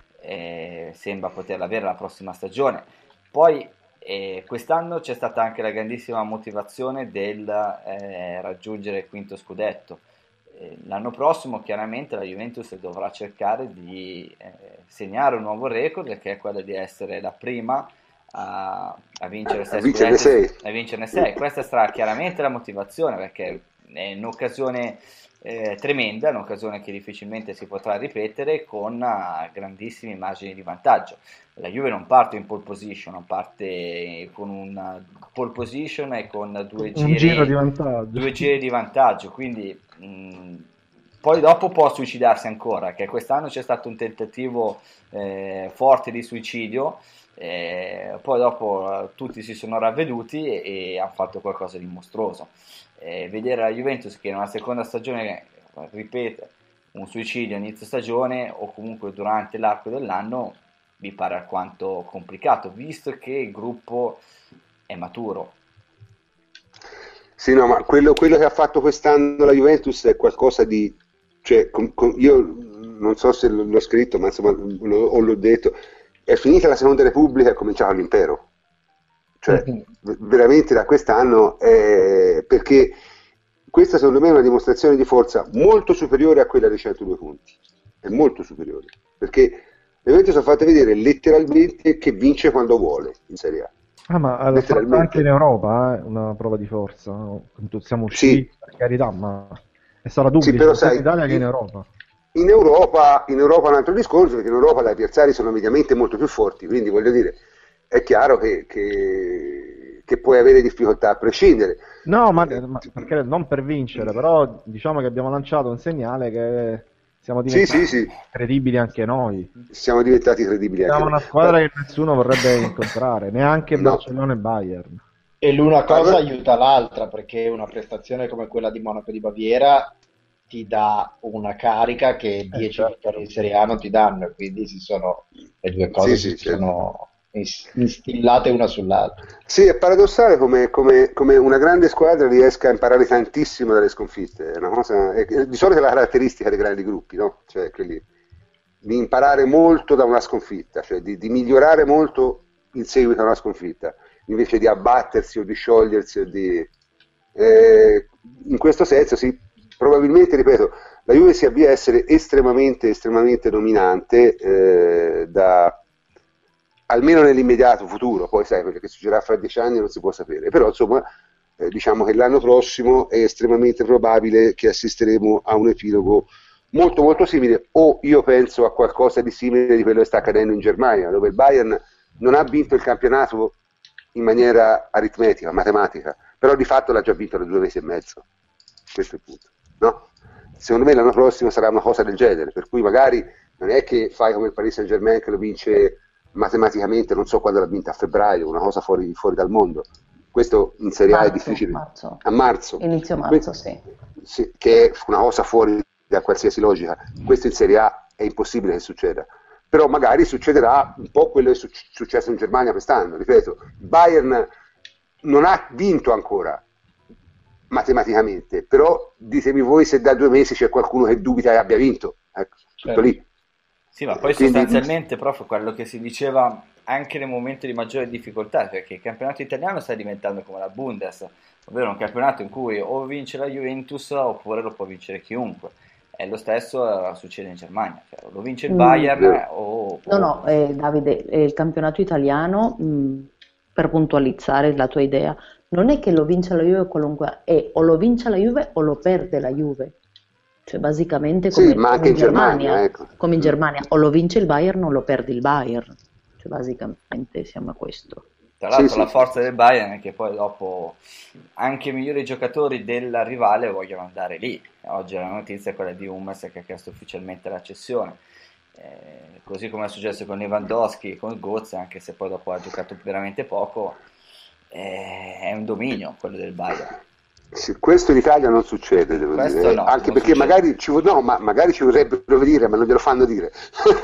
eh, sembra poterla avere la prossima stagione. Poi eh, quest'anno c'è stata anche la grandissima motivazione del eh, raggiungere il quinto scudetto. Eh, l'anno prossimo chiaramente la Juventus dovrà cercare di eh, segnare un nuovo record, che è quello di essere la prima a, a vincere sei A vincerne scudetti, sei. a vincerne sei. Questa sarà chiaramente la motivazione, perché è un'occasione eh, tremenda, un'occasione che difficilmente si potrà ripetere con uh, grandissimi margini di vantaggio. La Juve non parte in pole position, parte con una pole position e con due Un giro di giri, vantaggio. due giri di vantaggio, quindi mh, poi dopo può suicidarsi ancora, che quest'anno c'è stato un tentativo eh, forte di suicidio, eh, poi dopo eh, tutti si sono ravveduti e, e hanno fatto qualcosa di mostruoso. Eh, vedere la Juventus che in una seconda stagione ripete un suicidio a inizio stagione o comunque durante l'arco dell'anno mi pare alquanto complicato, visto che il gruppo è maturo. Sì, no, ma quello, quello che ha fatto quest'anno la Juventus è qualcosa di... Cioè, com- com- io non so se l- l'ho scritto, ma insomma, lo- o l'ho detto, è finita la Seconda Repubblica e è cominciato l'impero. Cioè, Mhm. v- veramente da quest'anno, è... perché questa secondo me è una dimostrazione di forza molto superiore a quella dei centodue punti. È molto superiore, perché la Juventus ha fatto vedere letteralmente che vince quando vuole in Serie A. Ah, ma l'ha fatto anche in Europa, eh, una prova di forza. No? Quando siamo usciti, Sì, per carità, ma è stata sì, duplice, però sia in sai, Italia che in io- Europa. In Europa, in Europa è un altro discorso, perché in Europa gli avversari sono mediamente molto più forti, quindi voglio dire, è chiaro che, che, che puoi avere difficoltà a prescindere. No, ma, ma perché non per vincere, però diciamo che abbiamo lanciato un segnale che siamo Sì, diventati sì, sì, credibili anche noi. siamo diventati credibili anche Siamo noi. una squadra che nessuno vorrebbe incontrare, neanche No, Barcellona e Bayern. E l'una cosa allora, aiuta l'altra, perché una prestazione come quella di Monaco di Baviera ti dà una carica che Eh, dieci certo. vittorie in Serie A non ti danno, e quindi si sono, le due sì, cose si sì, certo. sono ins- instillate una sull'altra. Sì, è paradossale come, come- come una grande squadra riesca a imparare tantissimo dalle sconfitte. È una cosa, è- di solito è la caratteristica dei grandi gruppi, no? Cioè, quelli, di imparare molto da una sconfitta, cioè di, di migliorare molto in seguito a una sconfitta, invece di abbattersi o di sciogliersi o di... eh, in questo senso, sì, probabilmente, ripeto, la Juve si avvia a essere estremamente, estremamente dominante eh, da almeno nell'immediato futuro, poi sai, quello che succederà fra dieci anni non si può sapere, però insomma eh, diciamo che l'anno prossimo è estremamente probabile che assisteremo a un epilogo molto molto simile, o io penso a qualcosa di simile di quello che sta accadendo in Germania, dove il Bayern non ha vinto il campionato in maniera aritmetica, matematica, però di fatto l'ha già vinto da due mesi e mezzo, questo è il punto, no? Secondo me l'anno prossimo sarà una cosa del genere, per cui magari non è che fai come il Paris Saint-Germain che lo vince matematicamente, non so quando l'ha vinta, a febbraio, una cosa fuori, fuori dal mondo. Questo in Serie A è Marzo, difficile. marzo, A marzo. inizio Que- marzo, sì. sì, che è una cosa fuori da qualsiasi logica. Questo in Serie A è impossibile che succeda. Però magari succederà un po' quello che è suc- successo in Germania quest'anno. Ripeto, il Bayern non ha vinto ancora matematicamente, però ditemi voi se da due mesi c'è qualcuno che dubita che abbia vinto. Ecco, tutto Certo. lì. Sì, ma Eh, poi quindi sostanzialmente, prof, quello che si diceva anche nei momenti di maggiore difficoltà, perché il campionato italiano sta diventando come la Bundes, ovvero un campionato in cui o vince la Juventus oppure lo può vincere chiunque. E lo stesso eh, succede in Germania, cioè, lo vince il Mm, Bayern o... no, o- no, eh, Davide, eh, il campionato italiano, mm, per puntualizzare la tua idea, non è che lo vince la Juve qualunque, è o lo vince la Juve o lo perde la Juve. Cioè, basicamente sì, come, ma come anche in in Germania, Germania, ecco. come in Mm. Germania, o lo vince il Bayern o lo perde il Bayern. Cioè, basicamente siamo a questo. Tra Sì, l'altro sì, la sì, forza sì, sì. del Bayern è che poi dopo anche i migliori giocatori della rivale vogliono andare lì. Oggi la notizia è quella di Hummels che ha chiesto ufficialmente la cessione. Eh, così come è successo con Lewandowski e con Götze, anche se poi dopo ha giocato veramente poco, eh, è un dominio quello del Bayern. Sì, questo in Italia non succede, devo Questo dire, no, anche non perché succede. magari ci, no, ma magari ci vorrebbero dire, ma non glielo fanno dire.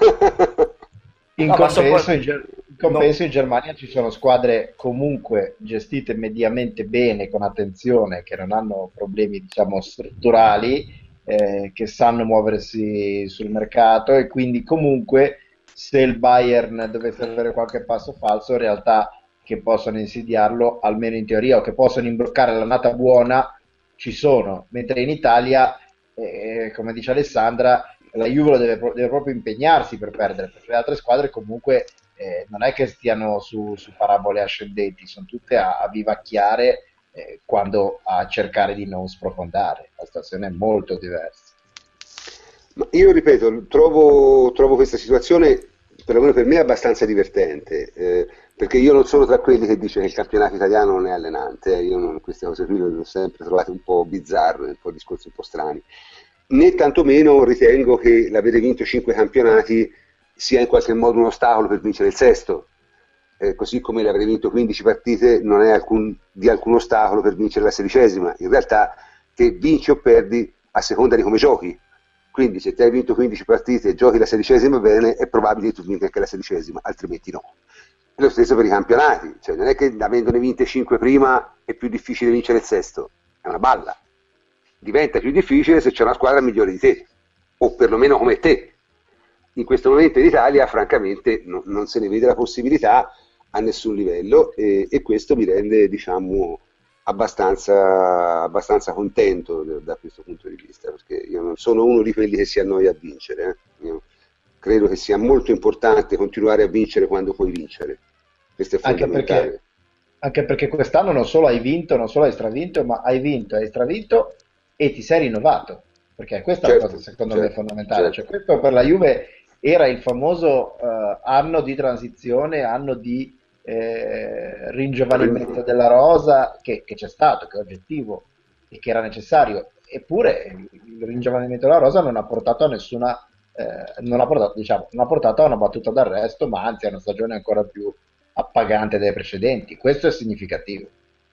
In No, ma compenso, sopra- in, Ger- in no, compenso in Germania ci sono squadre comunque gestite mediamente bene, con attenzione, che non hanno problemi, diciamo, strutturali, eh, che sanno muoversi sul mercato, e quindi comunque se il Bayern dovesse avere qualche passo falso, in realtà che possono insidiarlo, almeno in teoria, o che possono imbloccare l'annata buona, ci sono, mentre in Italia, eh, come dice Alessandra, la Juve lo deve, pro- deve proprio impegnarsi per perdere, perché le altre squadre comunque eh, non è che stiano su, su parabole ascendenti, sono tutte a, a vivacchiare, eh, quando a cercare di non sprofondare. La situazione è molto diversa. Ma io ripeto, trovo, trovo questa situazione, perlomeno per me, abbastanza divertente, eh, perché io non sono tra quelli che dice che il campionato italiano non è allenante, eh, io non, queste cose qui le ho sempre trovate un po' bizzarre, un po' discorsi un po' strani, né tantomeno ritengo che l'avere vinto cinque campionati sia in qualche modo un ostacolo per vincere il sesto, eh, così come l'avrei vinto quindici partite non è alcun, di alcun ostacolo per vincere la sedicesima. In realtà te vinci o perdi a seconda di come giochi, quindi se te hai vinto quindici partite e giochi la sedicesima bene, è probabile che tu vinca anche la sedicesima, altrimenti no. E lo stesso per i campionati, cioè non è che avendone vinte cinque prima è più difficile vincere il sesto, è una balla. Diventa più difficile se c'è una squadra migliore di te, o perlomeno come te. In questo momento in Italia, francamente, no, non se ne vede la possibilità a nessun livello, e, e questo mi rende, diciamo, abbastanza, abbastanza contento da, da questo punto di vista, perché io non sono uno di quelli che si annoia a vincere. Eh. Io credo che sia molto importante continuare a vincere quando puoi vincere. Questo è Anche fondamentale. perché, anche perché quest'anno non solo hai vinto, non solo hai stravinto, ma hai vinto, hai stravinto e ti sei rinnovato. perché questa è la Certo, cosa secondo me certo, fondamentale, cioè certo. questo per la Juve era il famoso eh, anno di transizione, anno di eh, ringiovanimento Rin- della rosa che, che c'è stato, che è oggettivo e che era necessario, eppure il ringiovanimento della rosa non ha portato a nessuna, eh, non ha portato, diciamo, non ha portato a una battuta d'arresto, ma anzi a una stagione ancora più appagante delle precedenti. Questo è significativo.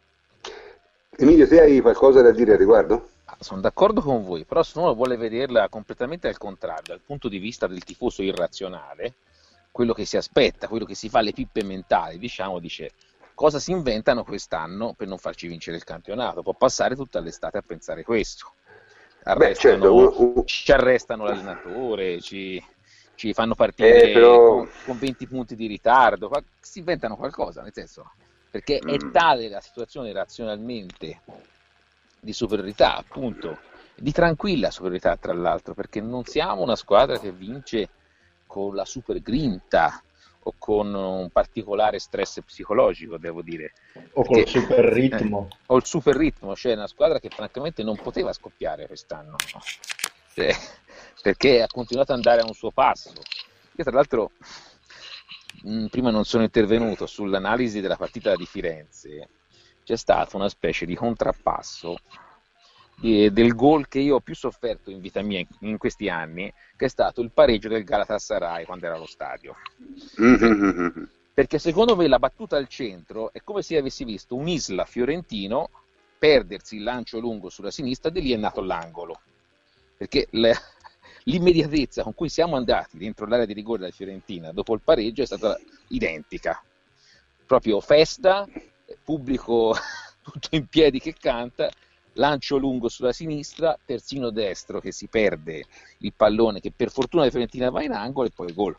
Emilio, te hai qualcosa da dire al riguardo? Ah, sono d'accordo con voi, però se uno vuole vederla completamente al contrario, dal punto di vista del tifoso irrazionale, quello che si aspetta, quello che si fa le pippe mentali, diciamo, dice cosa si inventano quest'anno per non farci vincere il campionato. Può passare tutta l'estate a pensare questo. Beh, certo, Arrestano, uno- un- ci arrestano l'allenatore, ci, ci fanno eh, partire però con, con venti punti di ritardo, fa- si inventano qualcosa, nel senso, perché è mm, tale la situazione razionalmente di superiorità, appunto, di tranquilla superiorità tra l'altro, perché non siamo una squadra che vince con la super grinta o con un particolare stress psicologico, devo dire, O perché col super eh, ritmo. ho il super ritmo, cioè una squadra che francamente non poteva scoppiare quest'anno, no? Cioè, perché ha continuato ad andare a un suo passo. Io tra l'altro mh, prima non sono intervenuto sull'analisi della partita di Firenze, c'è stata una specie di contrappasso di- del gol che io ho più sofferto in vita mia in, in questi anni, che è stato il pareggio del Galatasaray quando era allo stadio. mm, Cioè, mm, mm, mm. perché secondo me la battuta al centro è come se avessi visto un Isla fiorentino perdersi il lancio lungo sulla sinistra e di lì è nato l'angolo. Perché le- l'immediatezza con cui siamo andati dentro l'area di rigore della Fiorentina dopo il pareggio è stata identica. Proprio festa, pubblico tutto in piedi che canta, lancio lungo sulla sinistra, terzino destro che si perde il pallone che per fortuna la Fiorentina va in angolo e poi gol.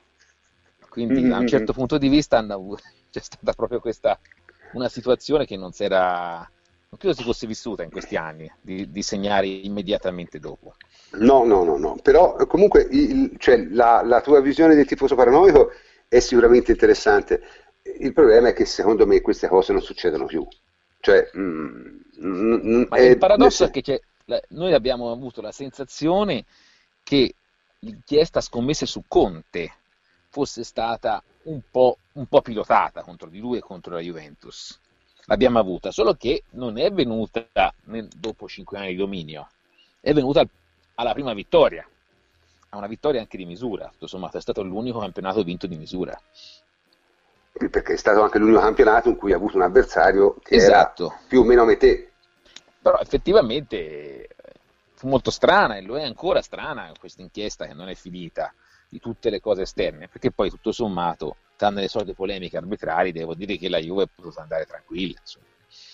Mm, Quindi da un mm, mm. certo punto di vista hanno avuto- c'è stata proprio questa una situazione che non si era, non credo si fosse vissuta in questi anni, di, di segnare immediatamente dopo. No, no, no, no, però eh, comunque il- cioè, la, la tua visione del tifoso paranoico è sicuramente interessante. Il problema è che secondo me queste cose non succedono più. Cioè, mm, mm, mm, Ma il è- nel paradosso è sen- che c'è, la- noi abbiamo avuto la sensazione che l'inchiesta scommesse su Conte fosse stata un po', un po' pilotata contro di lui e contro la Juventus. L'abbiamo avuta, solo che non è venuta nel- dopo cinque anni di dominio, è venuta al- alla prima vittoria, a una vittoria anche di misura, tutto sommato è stato l'unico campionato vinto di misura. perché è stato anche l'unico campionato in cui ha avuto un avversario che era Esatto. più o meno a metà. Però effettivamente eh, fu molto strana e lo è ancora strana questa inchiesta che non è finita di tutte le cose esterne, perché poi tutto sommato, tranne le solite polemiche arbitrali, devo dire che la Juve è potuta andare tranquilla. Insomma.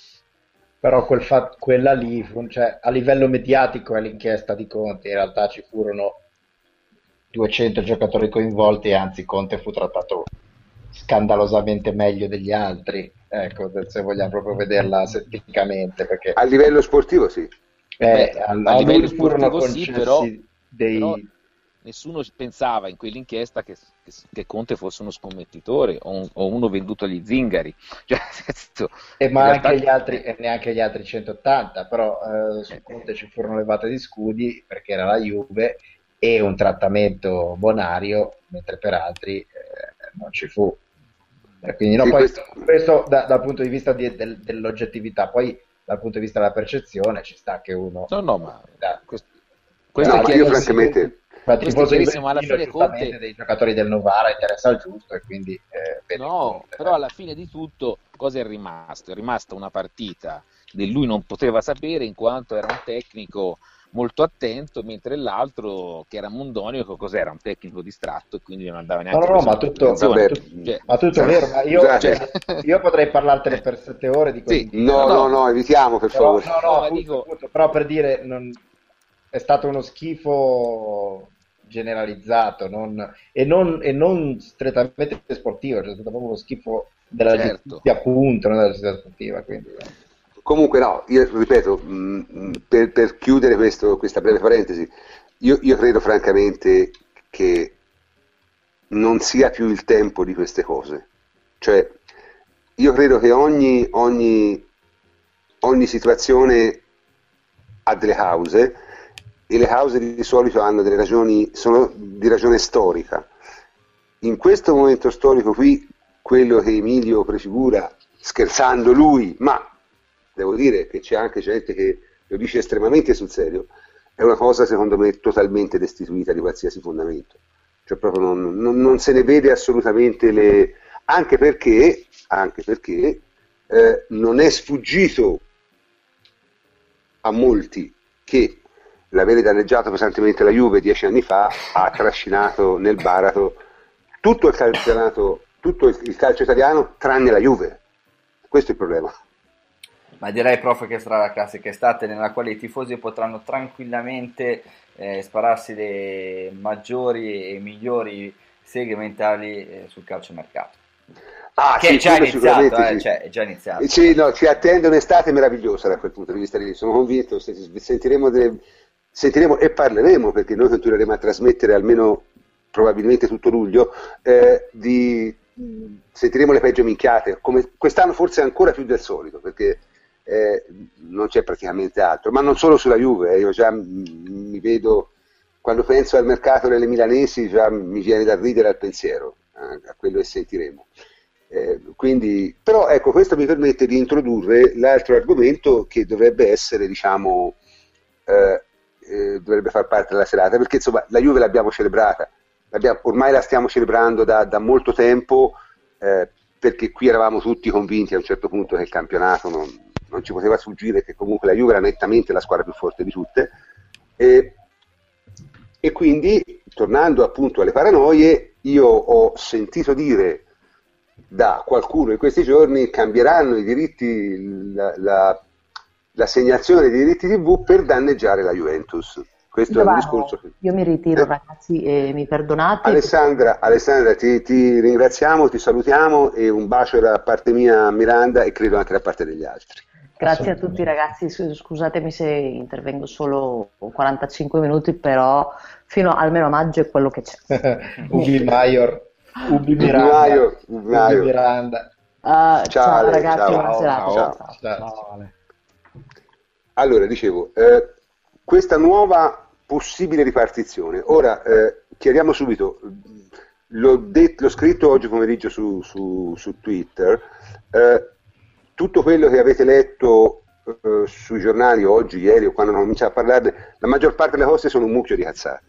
Però quel fa- quella lì, fu- cioè, a livello mediatico è l'inchiesta di Conte, in realtà ci furono duecento giocatori coinvolti e anzi Conte fu trattato scandalosamente meglio degli altri, ecco, se vogliamo proprio vederla setticamente, perché A livello sportivo sì. eh, Beh, a, a a lui livello furono sportivo sì, però, concessi però dei... nessuno pensava in quell'inchiesta che, che, che Conte fosse uno scommettitore o, un- o uno venduto agli zingari. Cioè, nel senso, E in ma realtà, anche gli altri, eh, e neanche gli altri centottanta, però eh, su eh, Conte ci furono levate di scudi perché era la Juve e un trattamento bonario, mentre per altri eh, non ci fu. E quindi no, Sì, poi questo... questo da- dal punto di vista di- del- dell'oggettività, poi dal punto di vista della percezione ci sta che uno... no, no, ma da- questo, questo no, è No, ma io io, chiarissimo. francamente... ma il Questo è tifoso chiarissimo, ma alla juventino fine giustamente Conte. dei giocatori del Novara interessa al giusto e quindi eh, vedi No, Conte. però alla fine di tutto cosa è rimasto? È rimasta una partita di lui non poteva sapere in quanto era un tecnico molto attento, mentre l'altro che era mondonico, cos'era? Un tecnico distratto e quindi non andava No, neanche no, no, preso ma in tutto, considerazione. Vabbè, tut- Cioè, ma tutto vero, ma io, scusate, cioè, io potrei parlartene per sette ore di sì, quell'inchiesta, no, no, no, no, no, evitiamo per però, favore. no, no, no, ma appunto, dico, appunto, però per dire, non, è stato uno schifo generalizzato non- e, non, e non strettamente sportivo, cioè è stato proprio uno schifo della certo, giustizia, appunto, non della giustizia sportiva, quindi... eh. Comunque no, io ripeto, mh, mh, per, per chiudere questo- questa breve parentesi, io, io credo francamente che non sia più il tempo di queste cose. Cioè, io credo che ogni, ogni, ogni situazione ha delle cause e le cause di solito hanno delle ragioni, sono di ragione storica. In questo momento storico qui, quello che Emilio prefigura, scherzando lui, ma devo dire che c'è anche gente che lo dice estremamente sul serio, è una cosa secondo me totalmente destituita di qualsiasi fondamento. Cioè proprio non, non, non se ne vede assolutamente le... anche perché, anche perché eh, non è sfuggito a molti che l'avere danneggiato pesantemente la Juve dieci anni fa ha trascinato nel baratro tutto il campionato, tutto il calcio italiano tranne la Juve. Questo è il problema. Ma direi, prof, che sarà la classica estate nella quale i tifosi potranno tranquillamente eh, spararsi le maggiori e migliori seghe mentali eh, sul calciomercato. Ah, che sì, è già iniziato, eh, sì. cioè, è già iniziato. Sì, no, ci attende un'estate meravigliosa da quel punto di vista lì, sono convinto, sentiremo, delle, sentiremo e parleremo, perché noi continueremo a trasmettere almeno probabilmente tutto luglio, eh, di, sentiremo le peggio minchiate, come quest'anno forse ancora più del solito, perché eh, non c'è praticamente altro, ma non solo sulla Juve, eh, io già mi vedo, quando penso al mercato delle milanesi, già mi viene da ridere al pensiero, eh, a quello che sentiremo. Eh, quindi, però ecco, questo mi permette di introdurre l'altro argomento che dovrebbe essere, diciamo, eh, eh, dovrebbe far parte della serata, perché insomma la Juve l'abbiamo celebrata, l'abbiamo, ormai la stiamo celebrando da, da molto tempo, eh, perché qui eravamo tutti convinti a un certo punto che il campionato non, non ci poteva sfuggire, che comunque la Juve era nettamente la squadra più forte di tutte, e, e quindi, tornando appunto alle paranoie, io ho sentito dire da qualcuno in questi giorni cambieranno i diritti, la, la, l'assegnazione dei diritti tivù per danneggiare la Juventus. Questo io è un discorso che... Io mi ritiro, eh? ragazzi, e mi perdonate. Alessandra, Alessandra ti, ti ringraziamo, ti salutiamo e un bacio da parte mia a Miranda e credo anche da parte degli altri. Grazie a tutti ragazzi, scusatemi se intervengo solo quarantacinque minuti, però fino almeno a maggio è quello che c'è. Ubi Maior. Ubi Miranda. Ubi Ubi Miranda. Uh, ciao, ciao ragazzi, ciao, buona serata. Ciao. Ciao. Ciao. Ciao. Allora, dicevo, eh, questa nuova possibile ripartizione, ora eh, chiariamo subito, l'ho, detto, l'ho scritto oggi pomeriggio su, su, su Twitter, eh, tutto quello che avete letto eh, sui giornali oggi, ieri o quando non cominciamo a parlarne, la maggior parte delle cose sono un mucchio di cazzate,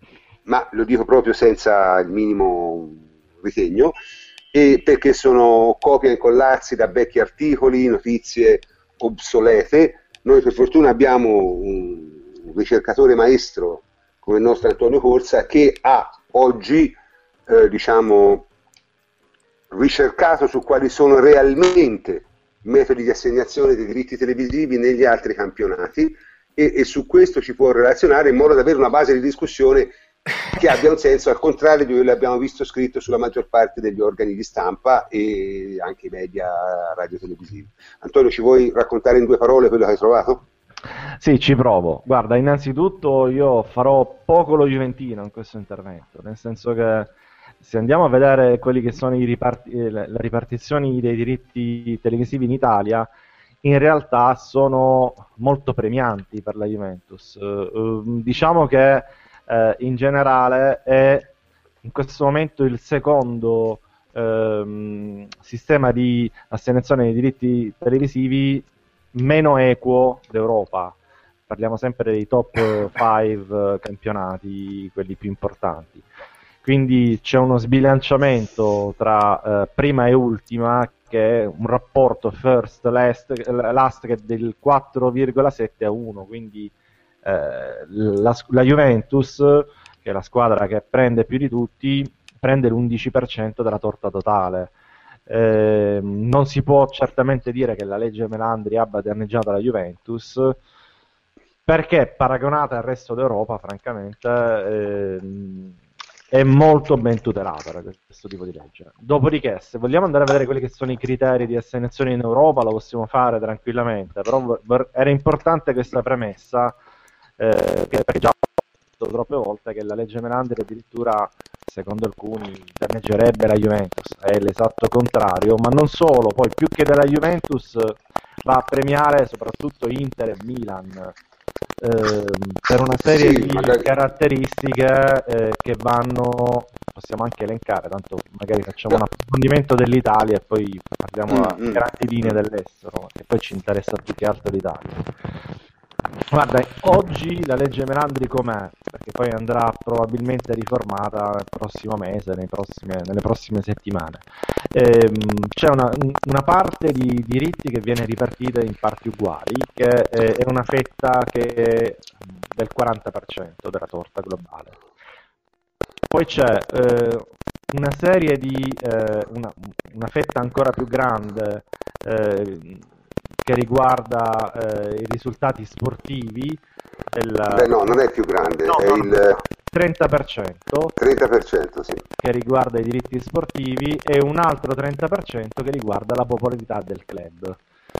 ma lo dico proprio senza il minimo ritegno, e perché sono copia e incollarsi da vecchi articoli, notizie obsolete. Noi per fortuna abbiamo un ricercatore maestro come il nostro Antonio Corsa che ha oggi eh, diciamo ricercato su quali sono realmente i metodi di assegnazione dei diritti televisivi negli altri campionati e, e su questo ci può relazionare in modo da avere una base di discussione che abbia un senso, al contrario di quello che abbiamo visto scritto sulla maggior parte degli organi di stampa e anche i media radio-televisivi. Antonio, ci vuoi raccontare in due parole quello che hai trovato? Sì, ci provo. Guarda, innanzitutto io farò poco lo juventino in questo intervento, nel senso che se andiamo a vedere quelli che sono i riparti- le ripartizioni dei diritti televisivi in Italia, in realtà sono molto premianti per la Juventus. Uh, diciamo che uh, in generale è in questo momento il secondo uh, sistema di assegnazione dei diritti televisivi meno equo d'Europa. Parliamo sempre dei top cinque campionati, quelli più importanti. Quindi c'è uno sbilanciamento tra eh, prima e ultima, che è un rapporto first last, last che è del quattro virgola sette a uno, quindi eh, la, la Juventus, che è la squadra che prende più di tutti, prende l'undici per cento della torta totale. Eh, non si può certamente dire che la legge Melandri abbia danneggiato la Juventus, perché paragonata al resto d'Europa, francamente, eh, è molto ben tutelata da questo tipo di legge. Dopodiché, se vogliamo andare a vedere quelli che sono i criteri di assegnazione in Europa, lo possiamo fare tranquillamente, però era importante questa premessa, eh, perché già ho detto troppe volte che la legge Melandri addirittura, secondo alcuni, danneggerebbe la Juventus. È l'esatto contrario, ma non solo, poi più che della Juventus va a premiare soprattutto Inter e Milan, ehm, per una serie Sì, di magari. caratteristiche eh, che vanno, possiamo anche elencare, tanto magari facciamo un No. approfondimento dell'Italia e poi parliamo a Mm, mm, grandi linee mm. dell'estero, e poi ci interessa più che altro l'Italia. Guarda, oggi la legge Melandri com'è? Perché poi andrà probabilmente riformata il prossimo mese, nei prossime- nelle prossime settimane. Ehm, c'è una, una parte di diritti che viene ripartita in parti uguali, che è, è una fetta che è del quaranta per cento della torta globale. Poi c'è eh, una serie di, eh, una, una fetta ancora più grande eh, che riguarda eh, i risultati sportivi del Beh, no, non è più grande, no, è no, il trenta per cento trenta per cento, sì. che riguarda i diritti sportivi e un altro trenta per cento che riguarda la popolarità del club.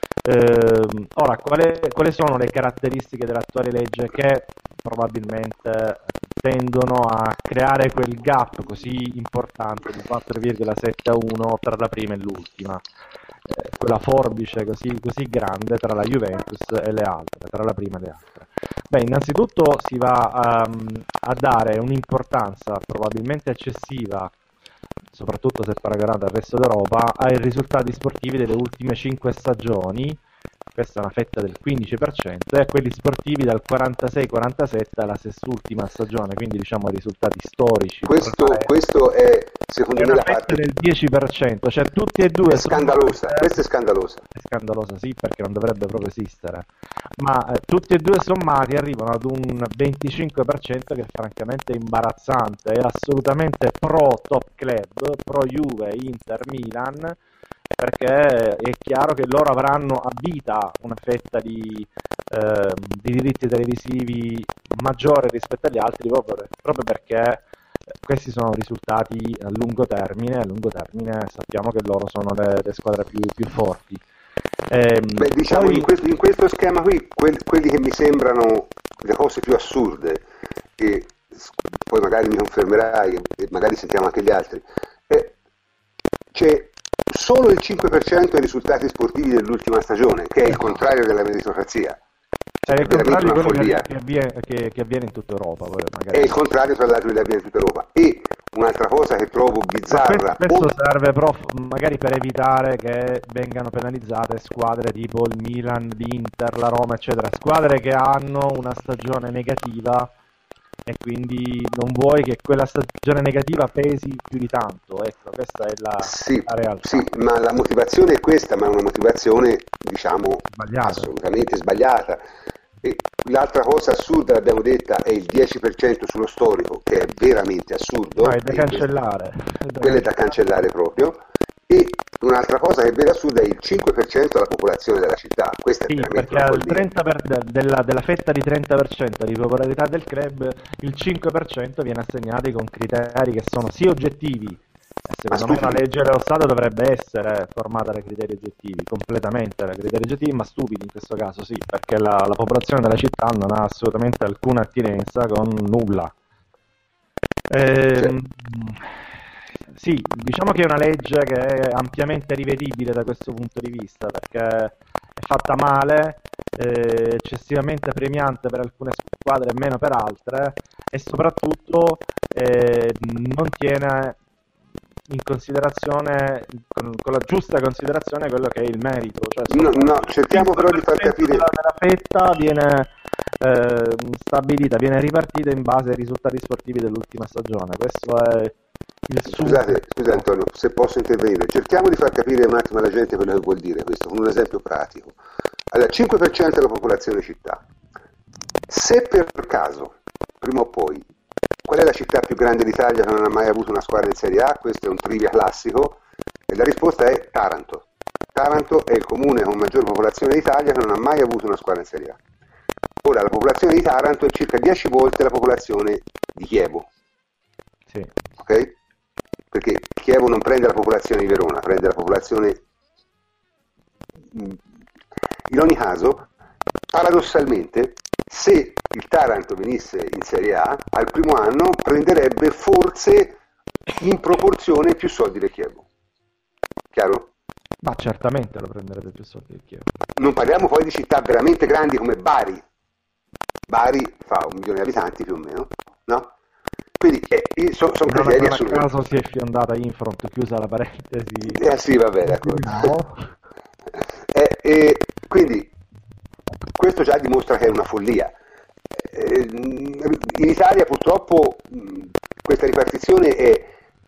Ehm, ora, quale- quali sono le caratteristiche dell'attuale legge che probabilmente tendono a creare quel gap così importante di quattro virgola sette a uno tra la prima e l'ultima? Eh, quella forbice così, così grande tra la Juventus e le altre, tra la prima e le altre. Beh, innanzitutto si va ehm, a dare un'importanza probabilmente eccessiva, soprattutto se paragonata al resto d'Europa, ai risultati sportivi delle ultime cinque stagioni. Questa è una fetta del quindici per cento, e a quelli sportivi dal quarantasei quarantasette alla sest'ultima stagione, quindi diciamo risultati storici. Questo, ormai. questo è, È secondo me, una la fetta parte del dieci per cento, cioè tutti e due è scandalosa. sommati, Questa è scandalosa. è scandalosa, sì, perché non dovrebbe proprio esistere, ma eh, tutti e due sommati arrivano ad un venticinque per cento che è francamente imbarazzante, è assolutamente pro top club, pro Juve, Inter, Milan, perché è chiaro che loro avranno a vita una fetta di, eh, di diritti televisivi maggiore rispetto agli altri, proprio, proprio perché questi sono risultati a lungo termine, a lungo termine sappiamo che loro sono le, le squadre più, più forti. Ehm, Beh, diciamo, poi- in questo, in questo schema qui, quel- quelli che mi sembrano le cose più assurde, e s- poi magari mi confermerai, e e magari sentiamo anche gli altri, eh, c'è solo il cinque per cento dei risultati sportivi dell'ultima stagione, che è il contrario della meritocrazia. è il veramente contrario di una quello che, follia. che avviene, che- che avviene in tutta Europa. Poi È magari. il contrario, tra l'altro, della avviene in tutta Europa. E un'altra cosa che trovo Ma bizzarra, questo, questo o- serve però f- magari per evitare che vengano penalizzate squadre tipo il Milan, l'Inter, la Roma, eccetera, squadre che hanno una stagione negativa e quindi non vuoi che quella stagione negativa pesi più di tanto. Ecco, questa è la, sì, la realtà. sì, ma la motivazione è questa, ma è una motivazione, diciamo, Sbagliata. assolutamente sbagliata. E l'altra cosa assurda, l'abbiamo detta, è il dieci per cento sullo storico, che è veramente assurdo. No, è da E cancellare. È da Quello è da cancellare proprio. E un'altra cosa che è vera assurda è il cinque per cento della popolazione della città. Questa è Sì, veramente perché una al follia. trenta per de- della, della fetta di trenta per cento di popolarità del club, il cinque per cento viene assegnato con criteri che sono sì oggettivi. E secondo me una stupidi. legge dello Stato dovrebbe essere formata da criteri oggettivi, completamente da criteri oggettivi, ma stupidi in questo caso, sì, perché la, la popolazione della città non ha assolutamente alcuna attinenza con nulla. Ehm, sì, diciamo che è una legge che è ampiamente rivedibile da questo punto di vista, perché è fatta male, eh, eccessivamente premiante per alcune squadre e meno per altre, e soprattutto eh, non tiene in considerazione, con, con la giusta considerazione, quello che è il merito. Cioè, No, no, cerchiamo però di far capire. della, della fetta viene eh, stabilita, viene ripartita in base ai risultati sportivi dell'ultima stagione. Questo è il suo. Scusate, scusate Antonio, se posso intervenire, cerchiamo di far capire un attimo alla gente quello che vuol dire questo, con un esempio pratico. Allora, cinque per cento della popolazione città. Se per caso, prima o poi, qual è la città più grande d'Italia che non ha mai avuto una squadra in Serie A? Questo è un trivia classico, e la risposta è Taranto. Taranto è il comune con maggior popolazione d'Italia che non ha mai avuto una squadra in Serie A. Ora, la popolazione di Taranto è circa dieci volte la popolazione di Chievo. Sì. Ok? Perché Chievo non prende la popolazione di Verona, prende la popolazione. In ogni caso, paradossalmente, se il Taranto venisse in Serie A, al primo anno prenderebbe forse in proporzione più soldi del Chievo. Chiaro? Ma certamente lo prenderebbe più soldi del Chievo. Non parliamo poi di città veramente grandi come Bari, Bari fa un milione di abitanti più o meno, no? Quindi eh, sono son Non, criteri non a assolutamente. caso si è fiondata Infront, chiusa la parentesi. Eh sì, va bene, ecco. No. Eh, e quindi questo già dimostra che è una follia. Eh, In Italia purtroppo mh, questa ripartizione è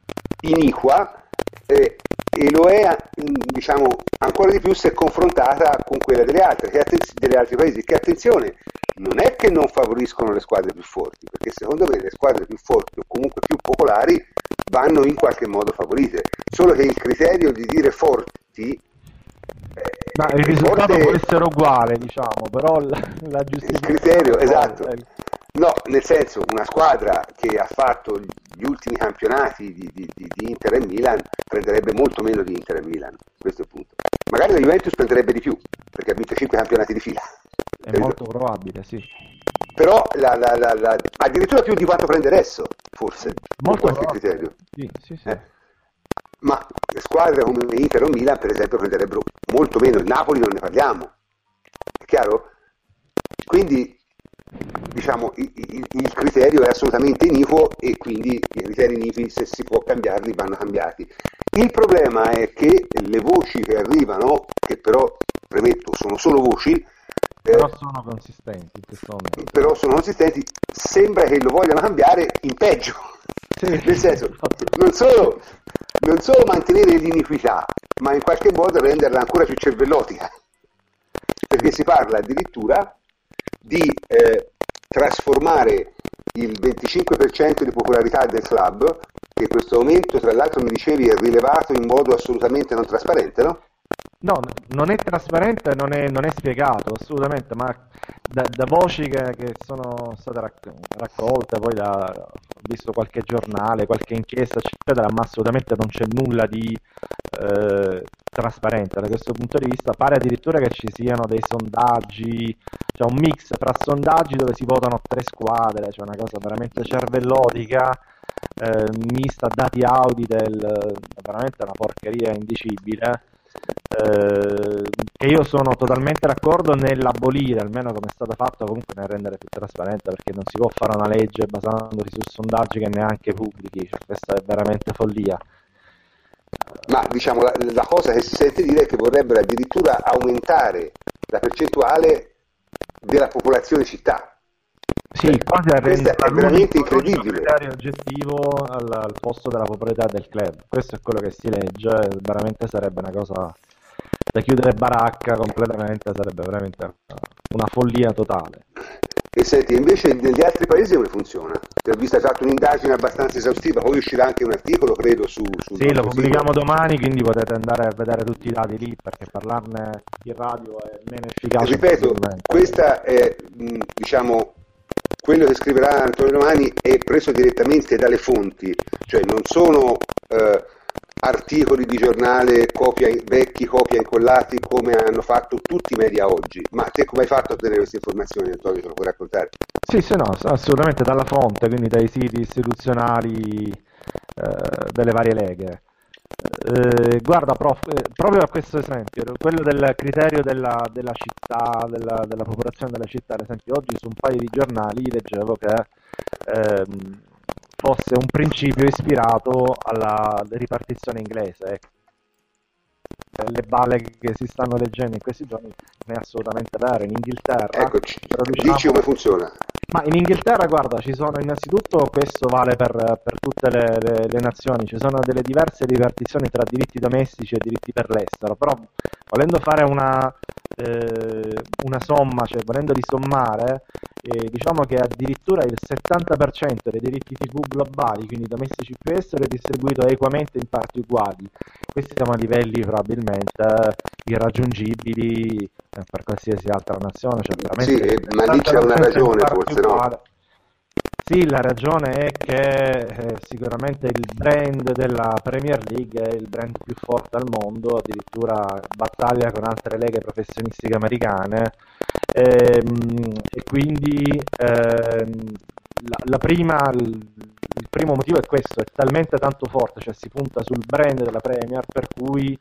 iniqua eh, e lo è mh, diciamo ancora di più se confrontata con quella delle altre, che attenz- delle altri paesi, che attenzione, non è che non favoriscono le squadre più forti, perché secondo me le squadre più forti o comunque più popolari vanno in qualche modo favorite, solo che il criterio di dire forti eh, Ma il è risultato forte. può essere uguale, diciamo, però la, la Il giustificazione criterio, è esatto. forte. No, nel senso, una squadra che ha fatto gli ultimi campionati di, di- di- di Inter e Milan prenderebbe molto meno di Inter e Milan, questo è il punto. Magari la Juventus prenderebbe di più, perché ha vinto cinque campionati di fila. È molto probabile, sì. Però la- la- la- la- addirittura più di quanto prende adesso, forse, con Molto qualche probabile. criterio. Sì, sì, sì. Eh. Ma le squadre come Inter o Milan, per esempio, prenderebbero molto meno. Il Napoli non ne parliamo, è chiaro? Quindi, diciamo, il, il- il criterio è assolutamente iniquo e quindi i criteri iniqui, se si può cambiarli, vanno cambiati. Il problema è che le voci che arrivano, che però, premetto, sono solo voci, eh, Però sono consistenti in questo momento. però sono consistenti, sembra che lo vogliano cambiare in peggio. Sì. Nel senso, non solo, non solo mantenere l'iniquità, ma in qualche modo renderla ancora più cervellotica. Perché si parla addirittura di eh, trasformare il venticinque per cento di popolarità del club, che in questo momento, tra l'altro, mi dicevi, è rilevato in modo assolutamente non trasparente, no? No, n- non è trasparente, non è, non è spiegato assolutamente, ma da, da voci che, che sono state rac- raccolte, poi da, ho visto qualche giornale, qualche inchiesta, eccetera, ma assolutamente non c'è nulla di eh, trasparente da questo punto di vista. Pare addirittura che ci siano dei sondaggi, cioè un mix tra sondaggi dove si votano tre squadre, cioè una cosa veramente cervellotica, eh, mista a dati Audi, del, veramente una porcheria indicibile. Eh, che io sono totalmente d'accordo nell'abolire, almeno come è stato fatto, comunque nel rendere più trasparente, perché non si può fare una legge basandosi su sondaggi che neanche pubblichi, cioè, questa è veramente follia. Ma diciamo la, la cosa che si sente dire è che vorrebbero addirittura aumentare la percentuale della popolazione città. Sì, quasi a Questa renderla è veramente l'unico, l'unico incredibile. criterio oggettivo al, al posto della popolarità del club. Questo è quello che si legge, e veramente sarebbe una cosa da chiudere baracca completamente, sarebbe veramente una follia totale. E senti, invece negli altri paesi come funziona? Ti ho visto hai fatto un'indagine abbastanza esaustiva, poi uscirà anche un articolo, credo, su, sul Sì, lo nostro pubblichiamo sito. domani, quindi potete andare a vedere tutti i dati lì, perché parlarne in radio è meno efficace. Ripeto, probabilmente. questa è, mh, diciamo, quello che scriverà Antonio domani è preso direttamente dalle fonti, cioè non sono eh, articoli di giornale copia, vecchi, copia incollati come hanno fatto tutti i media oggi. Ma te come hai fatto a ottenere queste informazioni, Antonio? Te lo puoi raccontare? Sì, sì, no, assolutamente dalla fonte, quindi dai siti istituzionali eh, delle varie leghe. Eh, guarda, prof, eh, proprio a questo esempio, quello del criterio della, della città, della, della popolazione della città, ad esempio, oggi su un paio di giornali leggevo che ehm, fosse un principio ispirato alla ripartizione inglese. Ecco. Le balle che si stanno leggendo in questi giorni non è assolutamente vero. In Inghilterra, Ecco, ci- traduciamo- dici come funziona. ma in Inghilterra, guarda, ci sono innanzitutto, questo vale per, per tutte le, le- le nazioni, ci sono delle diverse ripartizioni tra diritti domestici e diritti per l'estero, però volendo fare una, eh, una somma, cioè volendo risommare, eh, diciamo che addirittura il settanta per cento dei diritti tivù globali, quindi domestici più esteri, è distribuito equamente in parti uguali. Questi siamo a livelli probabilmente eh, irraggiungibili eh, per qualsiasi altra nazione, cioè Sì, veramente eh, ma lì c'è una settanta per cento in ragione, parti forse, no? uguali. Sì, la ragione è che eh, sicuramente il brand della Premier League è il brand più forte al mondo, addirittura battaglia con altre leghe professionistiche americane, ehm, e quindi ehm, la, la prima, il, il primo motivo è questo, è talmente tanto forte, cioè si punta sul brand della Premier, per cui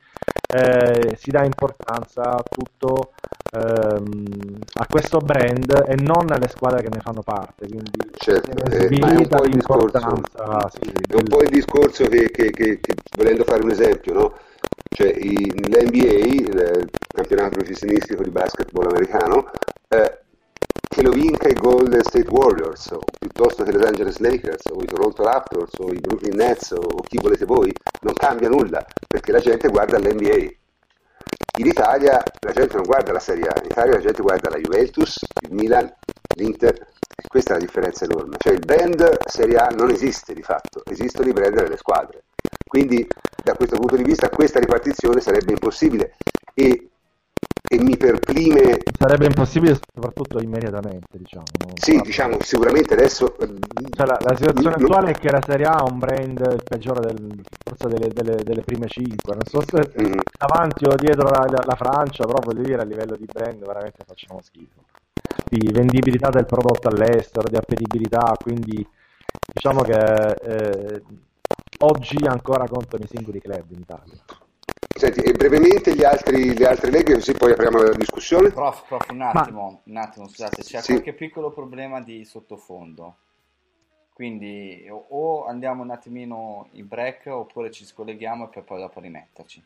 eh, si dà importanza a tutto ehm, a questo brand e non alle squadre che ne fanno parte, quindi Certo, viene eh, ma è un svilita po' il discorso, l'importanza sì, è un del- po' il discorso che, che- che- che, volendo fare un esempio, no? Cioè i- l'N B A, il campionato professionistico di basketball americano, eh, che lo vinca i Golden State Warriors, o piuttosto che i Los Angeles Lakers, o i Toronto Raptors, o i Brooklyn Nets, o, o chi volete voi, non cambia nulla, perché la gente guarda l'N B A. In Italia la gente non guarda la Serie A, in Italia la gente guarda la Juventus, il Milan, l'Inter, e questa è la differenza enorme. Cioè il brand Serie A non esiste di fatto, esistono i brand delle squadre. Quindi da questo punto di vista questa ripartizione sarebbe impossibile e, e mi perplime. sarebbe impossibile soprattutto immediatamente, diciamo. No? Sì, Parlo- diciamo sicuramente adesso. Cioè, la, la situazione no- attuale è che la Serie A ha un brand il peggiore del, forse delle, delle- delle prime cinque. Non so se Mm. davanti o dietro la, la- la Francia, però voglio dire a livello di brand veramente facciamo schifo. Di vendibilità del prodotto all'estero, di appetibilità, quindi diciamo che eh, oggi ancora contano i singoli club in Italia. Senti, e brevemente gli altri, le altre leghe, così poi apriamo la discussione. Prof, prof, un Ma attimo, un attimo, scusate, c'è Sì. qualche piccolo problema di sottofondo. Quindi o, o andiamo un attimino in break oppure ci scolleghiamo e poi dopo rimetterci.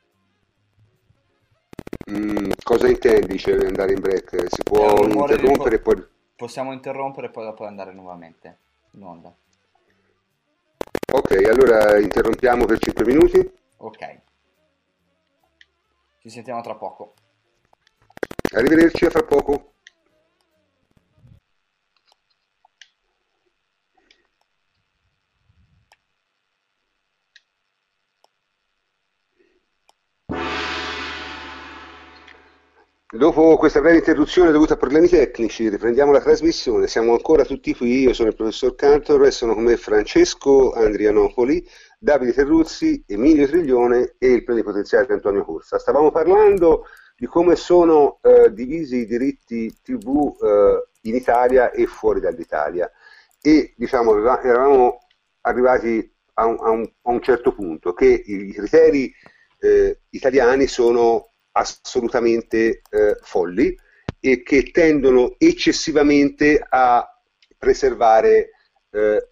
Mm, cosa intendi, cioè, andare in break? Si È può un rumore di interrompere e po- poi. Possiamo interrompere e poi dopo andare nuovamente in onda. Ok, allora interrompiamo per cinque minuti. Ok, ci sentiamo tra poco. Arrivederci, a fra poco. Dopo questa breve interruzione dovuta a problemi tecnici, riprendiamo la trasmissione. Siamo ancora tutti qui. Io sono il professor Cantor e sono con me Francesco Andrianopoli, Davide Terruzzi, Emilio Triglione e il plenipotenziario Antonio Corsa. Stavamo parlando di come sono eh, divisi i diritti tivù eh, in Italia e fuori dall'Italia e diciamo aveva- eravamo arrivati a un, a un- a un certo punto che i criteri eh, italiani sono assolutamente eh, folli e che tendono eccessivamente a preservare eh,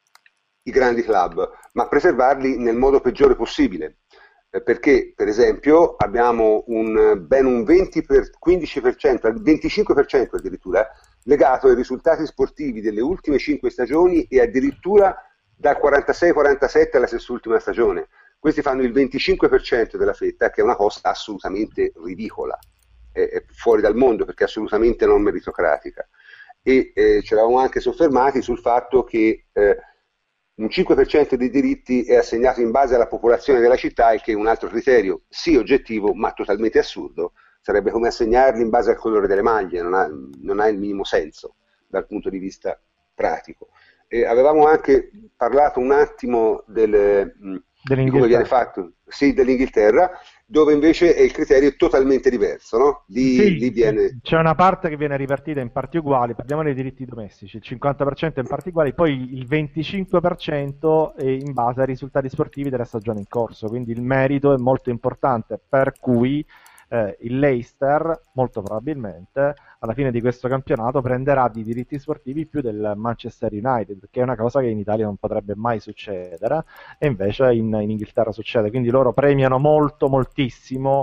i grandi club, ma preservarli nel modo peggiore possibile. Eh, perché, per esempio, abbiamo un, ben un venti per, quindici per cento, al venticinque per cento addirittura, legato ai risultati sportivi delle ultime cinque stagioni e addirittura dal quarantasei quarantasette alla sest'ultima stagione. Questi fanno il venticinque per cento della fetta, che è una cosa assolutamente ridicola, è, è fuori dal mondo perché è assolutamente non meritocratica. E eh, ci eravamo anche soffermati sul fatto che eh, un cinque per cento dei diritti è assegnato in base alla popolazione della città, il che è un altro criterio, sì oggettivo, ma totalmente assurdo. Sarebbe come assegnarli in base al colore delle maglie, non ha, non ha il minimo senso dal punto di vista pratico. E avevamo anche parlato un attimo del, mh, di come viene fatto, sì, dell'Inghilterra, dove invece è il criterio totalmente diverso, no? Lì, Sì, lì viene. sì, c'è una parte che viene ripartita in parti uguali, parliamo dei diritti domestici, il cinquanta per cento in parti uguali, poi il venticinque per cento è in base ai risultati sportivi della stagione in corso, quindi il merito è molto importante, per cui eh, il Leicester molto probabilmente alla fine di questo campionato prenderà di diritti sportivi più del Manchester United, che è una cosa che in Italia non potrebbe mai succedere e invece in, in Inghilterra succede, quindi loro premiano molto, moltissimo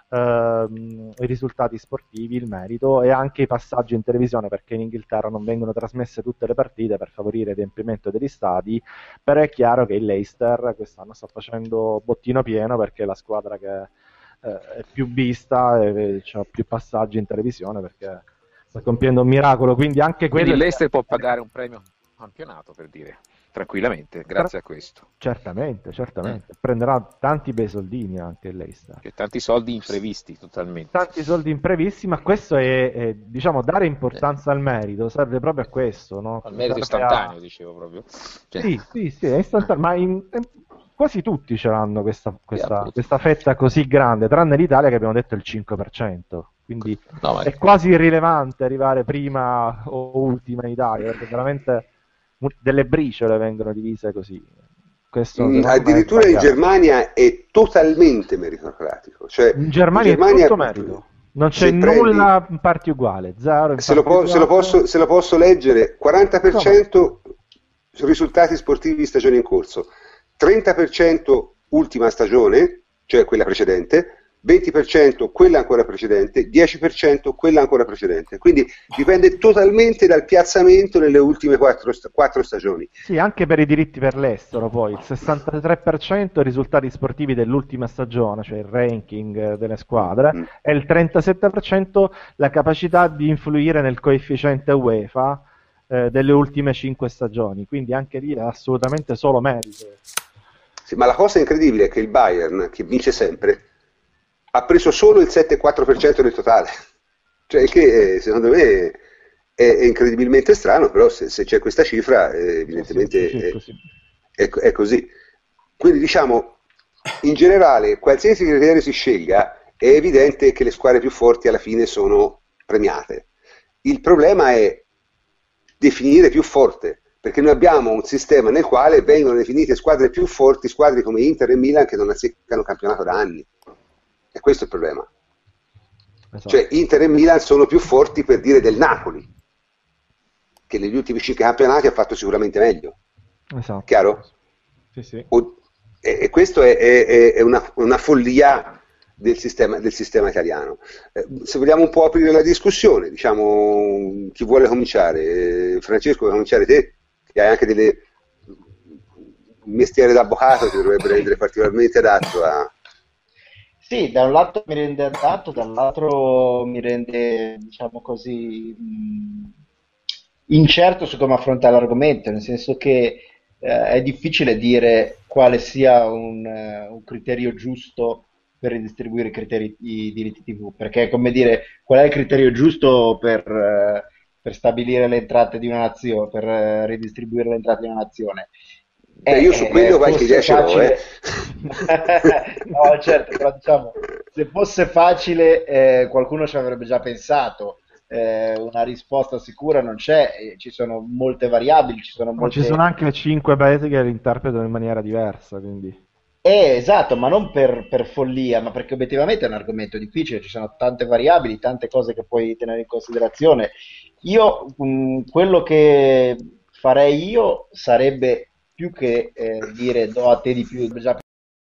ehm, i risultati sportivi, il merito e anche i passaggi in televisione, perché in Inghilterra non vengono trasmesse tutte le partite per favorire il riempimento degli stadi, però è chiaro che il Leicester quest'anno sta facendo bottino pieno perché è la squadra che eh, è più vista e ha più passaggi in televisione perché sta compiendo un miracolo, quindi anche Quindi quello... l'Ester può pagare un premio campionato, per dire, tranquillamente, grazie a questo. Certamente, certamente. Prenderà tanti bei soldini anche l'Leicester. C'è tanti soldi imprevisti, totalmente. Tanti soldi imprevisti, ma questo è, è, diciamo, dare importanza al merito, serve proprio a questo, no? Al merito Serve istantaneo, a... dicevo proprio. Cioè... Sì, sì, sì, è istantaneo, ma in, quasi tutti ce l'hanno questa, questa, Sì, questa fetta così grande, tranne l'Italia che abbiamo detto il cinque per cento. Quindi no, ma... è quasi irrilevante arrivare prima o ultima in Italia, perché veramente delle briciole vengono divise così. Questo Mm, secondo me è addirittura in sbagliato. Germania è totalmente meritocratico, cioè In in Germania è Germania tutto merito, non c'è se prendi, nulla in parti uguale, zero in se lo, parti po- se lo uguali. posso, se lo posso leggere, Come? quaranta per cento su risultati sportivi di stagione in corso, trenta per cento ultima stagione, cioè quella precedente, venti per cento quella ancora precedente, dieci per cento quella ancora precedente. Quindi dipende totalmente dal piazzamento nelle ultime quattro, sta- quattro stagioni. Sì, anche per i diritti per l'estero, poi il sessantatré per cento i risultati sportivi dell'ultima stagione, cioè il ranking eh, delle squadre, Mm. e il trentasette per cento la capacità di influire nel coefficiente UEFA eh, delle ultime cinque stagioni, quindi anche lì è assolutamente solo merito. Sì, ma la cosa incredibile è che il Bayern, che vince sempre, ha preso solo il sette virgola quattro per cento del totale. Cioè, il che eh, secondo me è, è incredibilmente strano, però se, se c'è questa cifra, eh, Sì, sì, evidentemente sì, è, così. è- è così. Quindi diciamo, in generale, qualsiasi criterio si scelga, è evidente che le squadre più forti alla fine sono premiate. Il problema è definire più forte, perché noi abbiamo un sistema nel quale vengono definite squadre più forti, squadre come Inter e Milan che non azzeccano campionato da anni. E questo è il problema. Cioè Esatto, Inter e Milan sono più forti per dire del Napoli, che negli ultimi cinque campionati ha fatto sicuramente meglio. esatto. Chiaro? Sì, sì. O- e, e questo è, è- è una, una follia del sistema, del sistema italiano. Eh, se vogliamo un po' aprire la discussione, diciamo, chi vuole cominciare? Eh, Francesco, vuoi cominciare te? Che hai anche delle, un mestiere d'avvocato che dovrebbe rendere particolarmente adatto a... Sì, da un lato mi rende adatto, dall'altro mi rende, diciamo così, mh, incerto su come affrontare l'argomento, nel senso che eh, è difficile dire quale sia un, eh, un criterio giusto per ridistribuire i, criteri- i diritti T V, perché è come dire qual è il criterio giusto per, eh, per stabilire le entrate di una nazione, per eh, ridistribuire le entrate di una nazione. Beh, io su Eh, eh, quello qualche fosse idea ce l'ho, eh. facile, no, certo, però diciamo, se fosse facile, eh, qualcuno ci avrebbe già pensato. Eh, una risposta sicura non c'è, eh, ci sono molte variabili, ci sono Ma ci sono molte. anche cinque paesi che l'interpretano in maniera diversa, quindi... Eh, esatto, ma non per, per follia, ma perché obiettivamente è un argomento difficile, ci sono tante variabili, tante cose che puoi tenere in considerazione. Io, mh, quello che farei io sarebbe più che eh, dire do a te di più, già.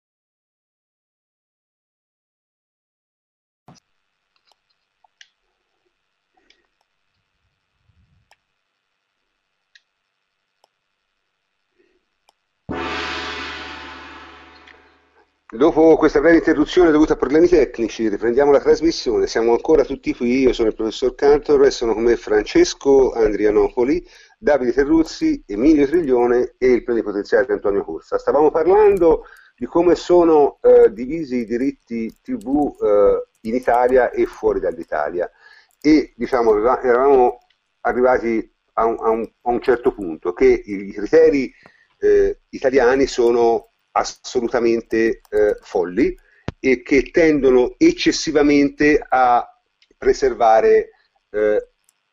Dopo questa breve interruzione dovuta a problemi tecnici, riprendiamo la trasmissione. Siamo ancora tutti qui. Io sono il professor Cantor e sono con me Francesco Andrianopoli, Davide Terruzzi, Emilio Triglione e il plenipotenziario Antonio Corsa. Stavamo parlando di come sono eh, divisi i diritti T V eh, in Italia e fuori dall'Italia. E diciamo, aveva- eravamo arrivati a un, a un- a un certo punto che i criteri eh, italiani sono assolutamente eh, folli e che tendono eccessivamente a preservare eh,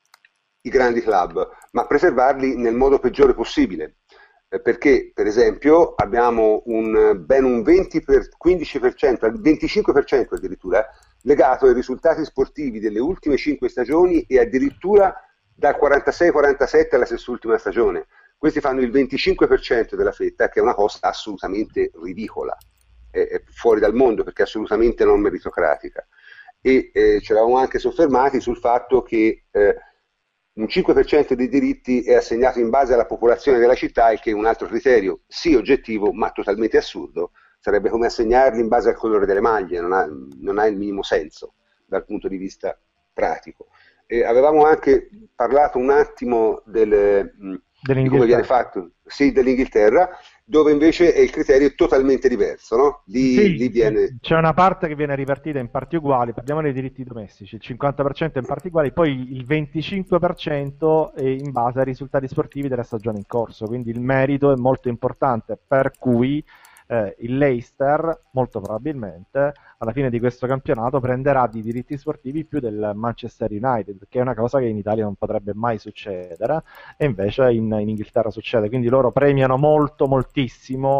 i grandi club, ma preservarli nel modo peggiore possibile. Eh, perché, per esempio, abbiamo un, ben un venti per, quindici per cento, al venticinque per cento addirittura, legato ai risultati sportivi delle ultime cinque stagioni e addirittura dal quarantasei quarantasette alla sest'ultima stagione. Questi fanno il venticinque per cento della fetta, che è una cosa assolutamente ridicola, è, è fuori dal mondo perché è assolutamente non meritocratica. E eh, ci eravamo anche soffermati sul fatto che eh, un cinque per cento dei diritti è assegnato in base alla popolazione della città, il che è un altro criterio, sì oggettivo, ma totalmente assurdo. Sarebbe come assegnarli in base al colore delle maglie, non ha, non ha il minimo senso dal punto di vista pratico. E avevamo anche parlato un attimo del, mh, di come viene Dell'Inghilterra. fatto, sì, dell'Inghilterra, dove invece è il criterio totalmente diverso, no? Lì, lì Sì, sì, viene... c'è una parte che viene ripartita in parti uguali, parliamo dei diritti domestici, il cinquanta per cento in parti uguali, poi il venticinque per cento è in base ai risultati sportivi della stagione in corso, quindi il merito è molto importante, per cui eh, il Leicester molto probabilmente alla fine di questo campionato prenderà di diritti sportivi più del Manchester United, che è una cosa che in Italia non potrebbe mai succedere, e invece in, in Inghilterra succede, quindi loro premiano molto, moltissimo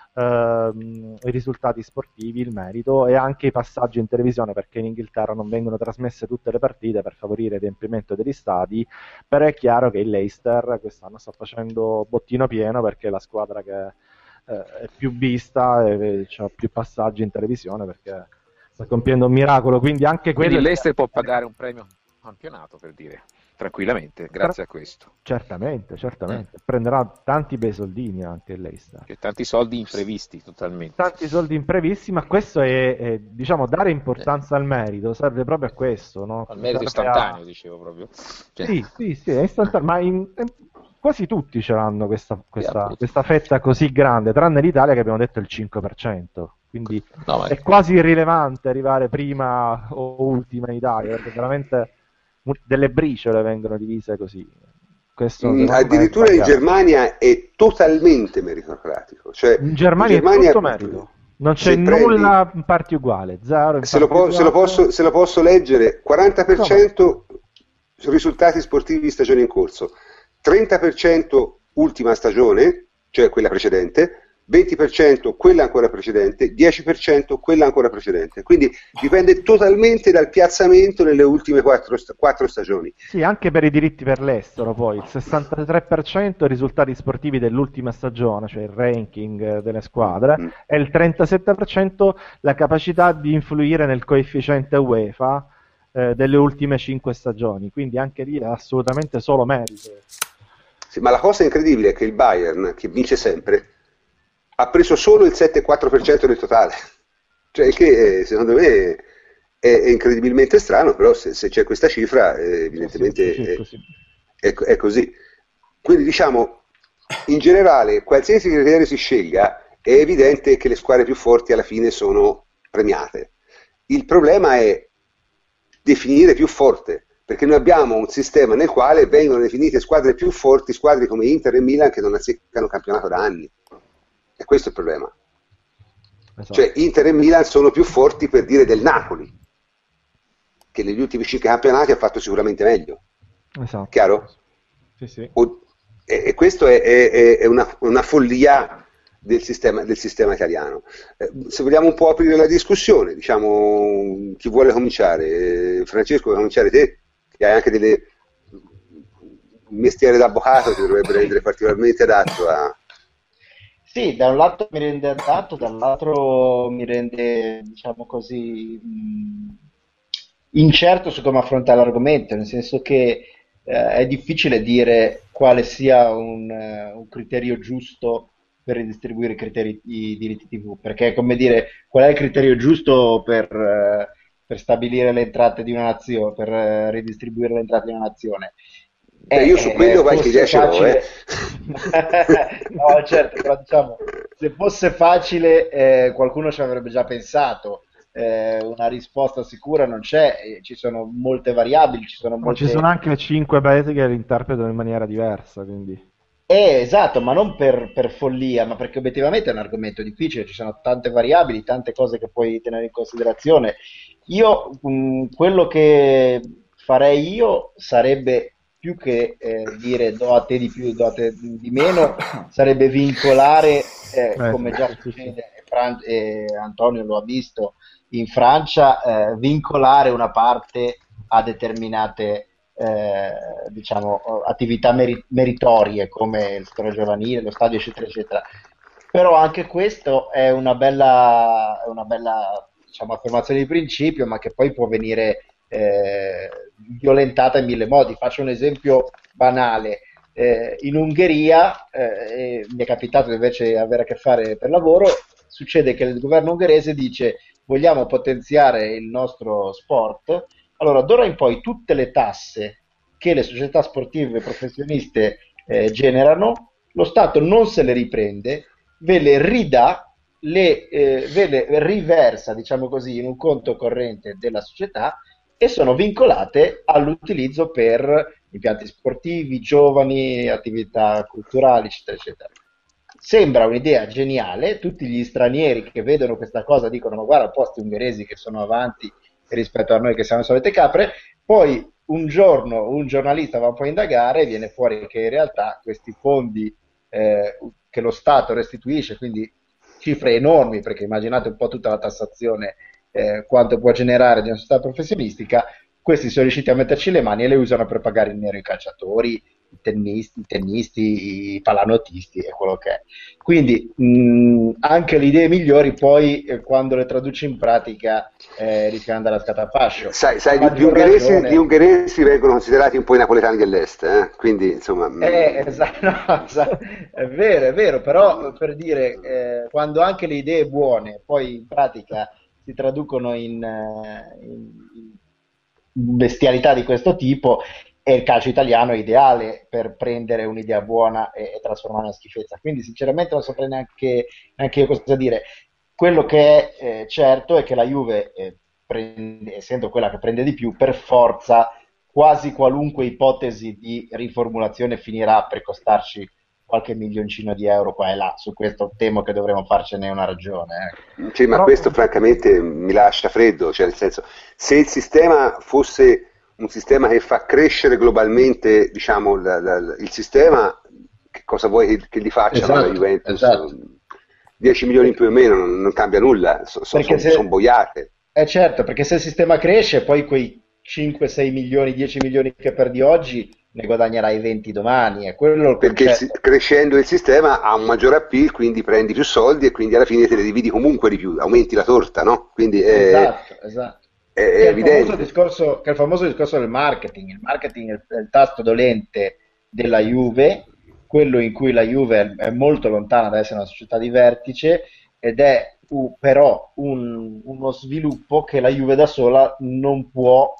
ehm, i risultati sportivi, il merito e anche i passaggi in televisione, perché in Inghilterra non vengono trasmesse tutte le partite per favorire il riempimento degli stadi, però è chiaro che il Leicester quest'anno sta facendo bottino pieno perché è la squadra che eh, è più vista e ha più passaggi in televisione perché sta compiendo un miracolo, quindi anche Quindi quello... l'Ester può pagare un premio campionato, per dire, tranquillamente, grazie a questo. Certamente, certamente. Mm. Prenderà tanti bei soldini anche il Leicester. C'è tanti soldi imprevisti, totalmente. Tanti soldi imprevisti, ma questo è, è, diciamo, dare importanza al merito, serve proprio a questo, no? Al merito Serve istantaneo, a... dicevo proprio. Cioè, Sì, sì, sì, è istantaneo, ma in, in- quasi tutti ce l'hanno questa, sì, questa, appunto. questa fetta così grande, tranne l'Italia che abbiamo detto il cinque per cento. Quindi No, ma è quasi irrilevante arrivare prima o ultima in Italia, perché veramente mu- delle briciole vengono divise così. Questo Mm, secondo me è addirittura in sbagliato. Germania è totalmente meritocratico, cioè In in Germania è Germania tutto merito, non c'è se prendi, nulla in parte uguale, zero in se lo, parte po- se lo uguale. posso, se lo posso leggere, No, ma quaranta per cento su risultati sportivi di stagione in corso, trenta per cento ultima stagione, cioè quella precedente, venti per cento quella ancora precedente, dieci per cento quella ancora precedente. Quindi dipende totalmente dal piazzamento nelle ultime quattro, sta- quattro stagioni. sì, anche per i diritti per l'estero, poi il sessantatré per cento i risultati sportivi dell'ultima stagione, cioè il ranking eh, delle squadre, Mm. e il trentasette per cento la capacità di influire nel coefficiente UEFA eh, delle ultime cinque stagioni, quindi anche lì è assolutamente solo merito. Sì, ma la cosa incredibile è che il Bayern, che vince sempre, ha preso solo il sette virgola quattro per cento del totale. Cioè, il che eh, secondo me è, è incredibilmente strano, però se, se c'è questa cifra, eh, Sì, sì, evidentemente sì, è, così. è- è così. Quindi diciamo, in generale, qualsiasi criterio si scelga, è evidente che le squadre più forti alla fine sono premiate. Il problema è definire più forte, perché noi abbiamo un sistema nel quale vengono definite squadre più forti, squadre come Inter e Milan che non azzeccano campionato da anni. E questo è il problema. Esatto. Cioè Inter e Milan sono più forti per dire del Napoli, che negli ultimi cinque campionati ha fatto sicuramente meglio. Esatto. Chiaro? Sì, sì. O- e, e questo è, è- è una, una follia del sistema, del sistema italiano. Eh, se vogliamo un po' aprire la discussione, diciamo, chi vuole cominciare? Eh, Francesco, vuoi cominciare te? Che hai anche delle, un mestiere d'avvocato che dovrebbe rendere particolarmente adatto a... Sì, da un lato mi rende adatto, dall'altro mi rende, diciamo così, mh, incerto su come affrontare l'argomento, nel senso che eh, è difficile dire quale sia un, eh, un criterio giusto per ridistribuire i, criteri, i diritti T V, perché è come dire qual è il criterio giusto per, eh, per stabilire le entrate di una nazione, per eh, ridistribuire le entrate di una nazione. Beh, io su Eh, quello qualche fosse idea ce l'ho, eh. facile, no, certo, però diciamo, se fosse facile, eh, qualcuno ci avrebbe già pensato. Eh, una risposta sicura non c'è, eh, ci sono molte variabili, ci sono Ma ci sono molte. anche cinque paesi che l'interpretano in maniera diversa, quindi... Eh, esatto, ma non per, per follia, ma perché obiettivamente è un argomento difficile, ci sono tante variabili, tante cose che puoi tenere in considerazione. Io, mh, quello che farei io sarebbe più che eh, dire do a te di più, do a te di meno, sarebbe vincolare, eh, Eh, come già sì, sì, sì. succede, e Fran- e Antonio lo ha visto in Francia, eh, vincolare una parte a determinate eh, diciamo, attività meri- meritorie come il settore giovanile, lo stadio, eccetera, eccetera. Però anche questo è una bella, è una bella diciamo, affermazione di principio, ma che poi può venire eh, violentata in mille modi. Faccio un esempio banale. Eh, in Ungheria, eh, e mi è capitato invece avere a che fare per lavoro, succede che il governo ungherese dice vogliamo potenziare il nostro sport, allora d'ora in poi tutte le tasse che le società sportive professioniste eh, generano, lo Stato non se le riprende, ve le ridà, le, eh, ve le riversa, diciamo così, in un conto corrente della società e sono vincolate all'utilizzo per impianti sportivi, giovani, attività culturali, eccetera, eccetera. Sembra un'idea geniale, tutti gli stranieri che vedono questa cosa dicono ma guarda, posti ungheresi che sono avanti rispetto a noi che siamo le solite capre, poi un giorno un giornalista va un po' a indagare e viene fuori che in realtà questi fondi eh, che lo Stato restituisce, quindi cifre enormi, perché immaginate un po' tutta la tassazione, eh, quanto può generare di una società professionistica. Questi sono riusciti a metterci le mani e le usano per pagare in nero i calciatori, i tennisti, i, tennisti, i palanotisti e quello che è. Quindi mh, anche le idee migliori poi eh, quando le traduci in pratica eh, rischiano di andare a scatafascio. Sai, sai A gli, gli maggior ungheresi, ragione... gli ungheresi vengono considerati un po' i napoletani dell'est, eh? Quindi insomma... Eh, mm, esatto, no, esatto, è vero, è vero, però per dire, eh, quando anche le idee buone poi in pratica si traducono in, eh, in- in bestialità di questo tipo, e il calcio italiano è ideale per prendere un'idea buona e, e trasformarla in schifezza. Quindi sinceramente non saprei neanche, neanche io cosa dire. Quello che è eh, certo è che la Juve, eh, prende- essendo quella che prende di più, per forza quasi qualunque ipotesi di riformulazione finirà per costarci qualche milioncino di euro qua e là. Su questo temo che dovremo farcene una ragione. Ecco. Sì, ma Però, questo francamente mi lascia freddo, cioè nel senso, se il sistema fosse un sistema che fa crescere globalmente, diciamo, la- la- la- il sistema, che cosa vuoi che, che gli facciano alla Esatto, Juventus? esatto. dieci milioni in più o meno non, non cambia nulla, sono Perché se, boiate. è certo, perché se il sistema cresce, poi quei cinque sei milioni, dieci milioni che perdi oggi ne guadagnerai venti domani, è quello il Perché il si- concetto. crescendo il sistema ha un maggiore appeal, quindi prendi più soldi e quindi alla fine te ne dividi comunque di più, aumenti la torta, no? Quindi è, Esatto, esatto. è- Che è è il famoso evidente. discorso, che è il famoso discorso del marketing. Il marketing è il, è il tasto dolente della Juve, quello in cui la Juve è, è molto lontana da essere una società di vertice, ed è u- però un- uno sviluppo che la Juve da sola non può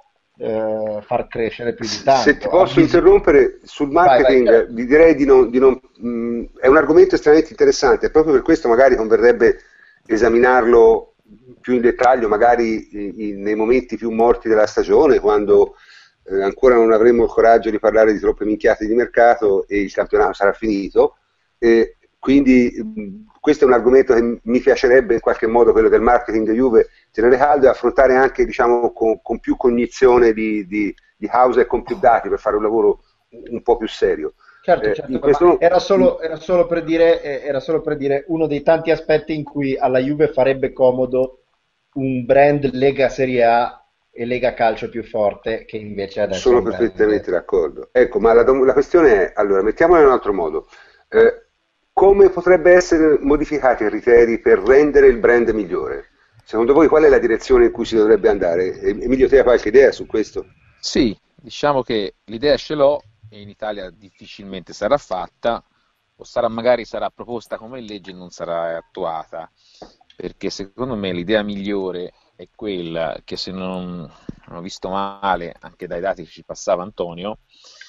eh, far crescere più di Se ti tanto. Ha posso bisogno... interrompere sul Vai, vai. marketing, vi direi di non, di non- mh, è un argomento estremamente interessante e proprio per questo magari converrebbe esaminarlo più in dettaglio, magari i- i- nei momenti più morti della stagione, quando eh, ancora non avremo il coraggio di parlare di troppe minchiate di mercato e il campionato sarà finito. E quindi mh, questo è un argomento che mi piacerebbe in qualche modo, quello del marketing di Juve, tenere caldo e affrontare anche, diciamo, con, con più cognizione di, di, di house e con più dati per fare un lavoro un po' più serio. Certo, Eh, certo, in ma questo, era solo, era solo per dire, eh, era solo per dire uno dei tanti aspetti in cui alla Juve farebbe comodo un brand Lega Serie A e Lega Calcio più forte, che invece adesso è Sono un brand... perfettamente d'accordo. Ecco, ma la, dom- la questione è, allora, mettiamola in un altro modo. Eh, come potrebbe essere modificati i criteri per rendere il brand migliore? Secondo voi qual è la direzione in cui si dovrebbe andare? E- Emilio, te hai qualche idea su questo? Sì, diciamo che l'idea ce l'ho e in Italia difficilmente sarà fatta, o sarà, magari sarà proposta come legge e non sarà attuata, perché secondo me l'idea migliore è quella che, se non, non ho visto male anche dai dati che ci passava Antonio,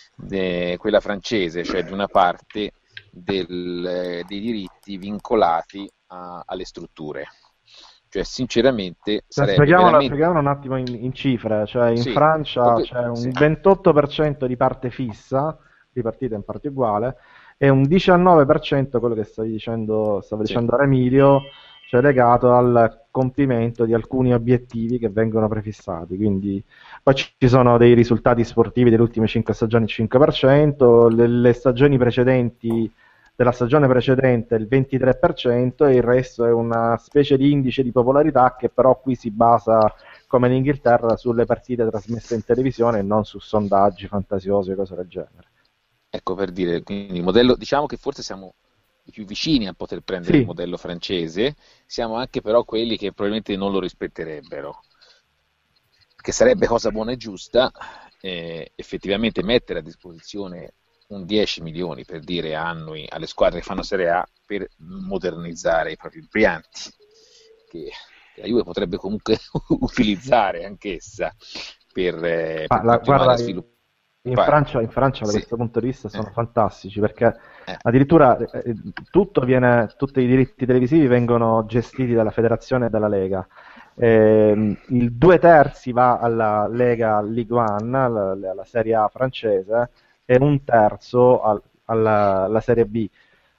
eh, quella francese, cioè di una parte del- eh, dei diritti vincolati a- alle strutture. Cioè, sinceramente, cioè, sarebbe spieghiamola, veramente... spieghiamola un attimo in, in cifre, cioè in Sì, Francia poche- c'è un sì, ventotto per cento di parte fissa, ripartita in parte uguale, e un diciannove per cento, quello che stavi dicendo, stava sì. dicendo Remilio, cioè legato al compimento di alcuni obiettivi che vengono prefissati. Quindi poi ci ci sono dei risultati sportivi delle ultime cinque stagioni, il cinque per cento, le, le stagioni precedenti della stagione precedente il ventitré per cento, e il resto è una specie di indice di popolarità che però qui si basa, come in Inghilterra, sulle partite trasmesse in televisione e non su sondaggi fantasiosi o cose del genere. Ecco, per dire, quindi il modello, diciamo che forse siamo i più vicini a poter prendere il Sì, modello francese, siamo anche però quelli che probabilmente non lo rispetterebbero, che sarebbe cosa buona e giusta, eh, effettivamente mettere a disposizione un dieci milioni, per dire, annui alle squadre che fanno Serie A per modernizzare i propri impianti, che che la Juve potrebbe comunque utilizzare anch'essa per, eh, ma per la- continuare a guarda, in sviluppare. Francia, in Francia da Sì, questo punto di vista sono eh, fantastici, perché eh, addirittura eh, tutto viene, tutti i diritti televisivi vengono gestiti dalla federazione e dalla Lega. Ehm, il due terzi va alla Lega Ligue uno, alla, alla Serie A francese, e un terzo al- alla, alla Serie B.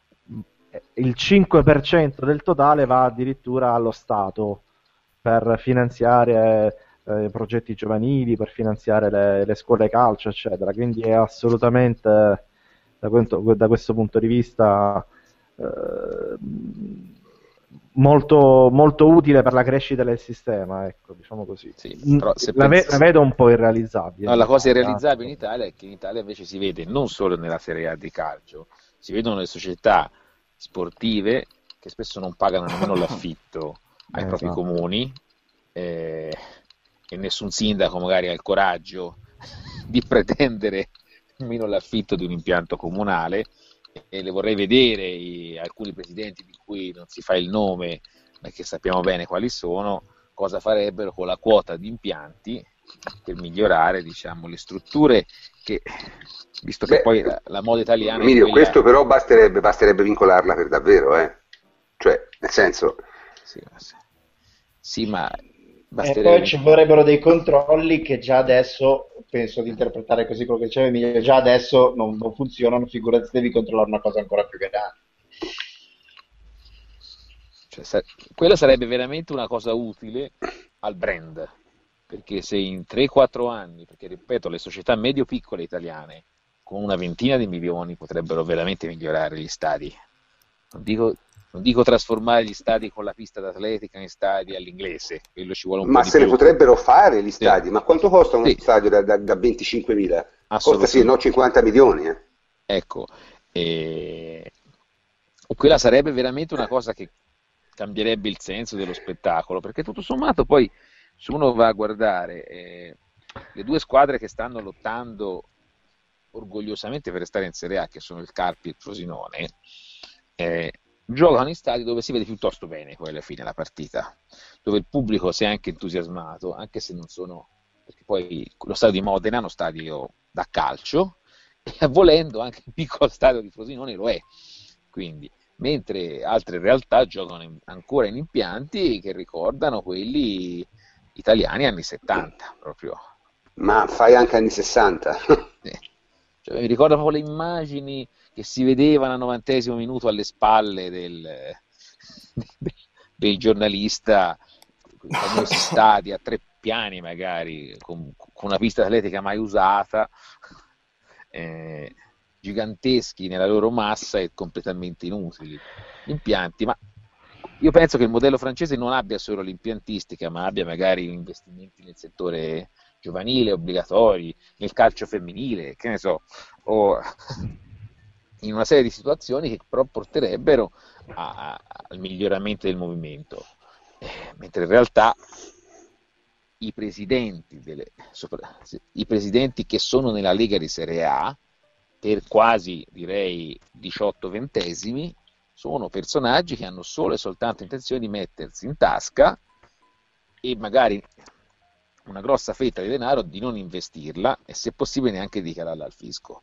Il cinque per cento del totale va addirittura allo Stato per finanziare eh, progetti giovanili, per finanziare le, le scuole calcio, eccetera. Quindi è assolutamente, da questo, da questo punto di vista, eh, molto, molto utile per la crescita del sistema, ecco, diciamo così. Sì, Mm, però se La, ve- pensi- la vedo un po' irrealizzabile. No, la cosa diciamo, irrealizzabile in eh. Italia è che in Italia invece si vede non solo nella Serie A di calcio, si vedono le società sportive che spesso non pagano nemmeno l'affitto ai propri Esatto. comuni, eh, e nessun sindaco magari ha il coraggio di pretendere nemmeno l'affitto di un impianto comunale, e le vorrei vedere i- alcuni presidenti di cui non si fa il nome, ma che sappiamo bene quali sono, cosa farebbero con la quota di impianti per migliorare, diciamo, le strutture che, visto che Beh, poi la, la moda italiana è Emilio, quella. questo però basterebbe, basterebbe vincolarla per davvero, eh. Cioè, nel senso, Sì, ma, sì, ma E basterebbe. poi ci vorrebbero dei controlli che già adesso, penso di interpretare così quello che diceva Emilio, già adesso non, non funzionano, figurati se devi controllare una cosa ancora più grande. Cioè, sa- quella sarebbe veramente una cosa utile al brand, perché se in tre quattro anni, perché ripeto, le società medio-piccole italiane con una ventina di milioni potrebbero veramente migliorare gli stadi. Non dico, non dico trasformare gli stadi con la pista d'atletica in stadi all'inglese, quello ci vuole un po' ma di se ne più. potrebbero fare gli Sì, stadi, ma quanto costa uno sì, stadio da, da, da venticinquemila? Costa sì, no, assolutamente. cinquanta milioni, eh. Ecco, e... e quella sarebbe veramente una cosa che cambierebbe il senso dello spettacolo, perché tutto sommato poi se uno va a guardare, eh, le due squadre che stanno lottando orgogliosamente per restare in Serie A, che sono il Carpi e il Frosinone, eh, giocano in stadi dove si vede piuttosto bene poi alla fine la partita, dove il pubblico si è anche entusiasmato, anche se non sono, perché poi lo stadio di Modena è uno stadio da calcio, e volendo anche il piccolo stadio di Frosinone lo è, quindi, mentre altre realtà giocano in- ancora in impianti che ricordano quelli italiani anni settanta proprio. Ma fai anche anni sessanta. Eh. Cioè, mi ricordo proprio le immagini che si vedevano al novantesimo minuto alle spalle del, del giornalista, i famosi stadi a tre piani magari, con, con una pista atletica mai usata, eh, giganteschi nella loro massa e completamente inutili gli impianti, ma io penso che il modello francese non abbia solo l'impiantistica, ma abbia magari investimenti nel settore giovanile, obbligatori, nel calcio femminile, che ne so, o in una serie di situazioni che però porterebbero a- a- al miglioramento del movimento. Eh, mentre in realtà i presidenti, delle, sopra- i presidenti che sono nella Lega di Serie A, per quasi direi diciotto ventesimi, sono personaggi che hanno solo e soltanto intenzione di mettersi in tasca e magari una grossa fetta di denaro di non investirla e se possibile neanche dichiararla al fisco.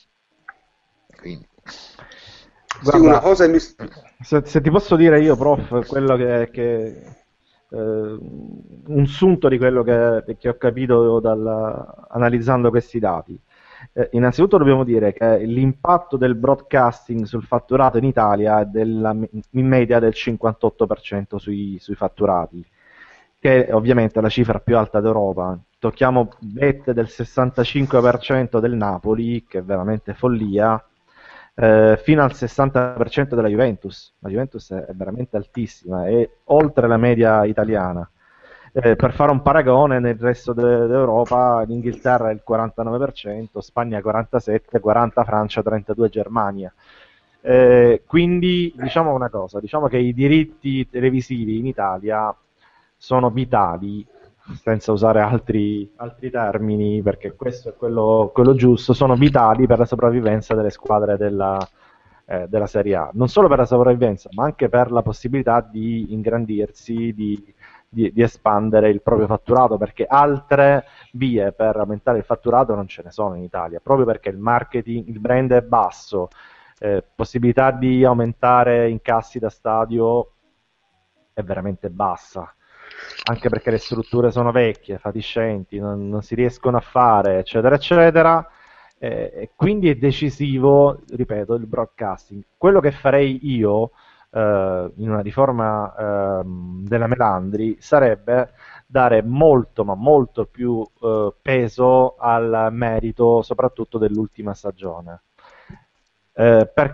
Quindi, Sì, una Guarda, cosa mi... se, se ti posso dire io, prof, quello che, che eh, un sunto di quello che, che ho capito dal- analizzando questi dati. Eh, innanzitutto dobbiamo dire che l'impatto del broadcasting sul fatturato in Italia è della, in media del cinquantotto per cento sui, sui fatturati, che è ovviamente la cifra più alta d'Europa. Tocchiamo vette del sessantacinque per cento del Napoli, che è veramente follia, eh, fino al sessanta per cento della Juventus. La Juventus è veramente altissima, è oltre la media italiana. Eh, per fare un paragone, nel resto de- d'Europa l'Inghilterra è il quarantanove per cento, Spagna quarantasette per cento, quaranta Francia, trentadue Germania. Eh, quindi diciamo una cosa, diciamo che i diritti televisivi in Italia sono vitali, senza usare altri, altri termini, perché questo è quello, quello giusto, sono vitali per la sopravvivenza delle squadre della, eh, della Serie A. Non solo per la sopravvivenza, ma anche per la possibilità di ingrandirsi, di, di, di espandere il proprio fatturato, perché altre vie per aumentare il fatturato non ce ne sono in Italia, proprio perché il marketing, il brand è basso, eh, possibilità di aumentare incassi da stadio è veramente bassa, anche perché le strutture sono vecchie, fatiscenti, non, non si riescono a fare, eccetera, eccetera. Eh, e quindi è decisivo, ripeto, il broadcasting. Quello che farei io eh, in una riforma ehm, della Melandri sarebbe dare molto, ma molto più eh, peso al merito, soprattutto dell'ultima stagione. Eh, perché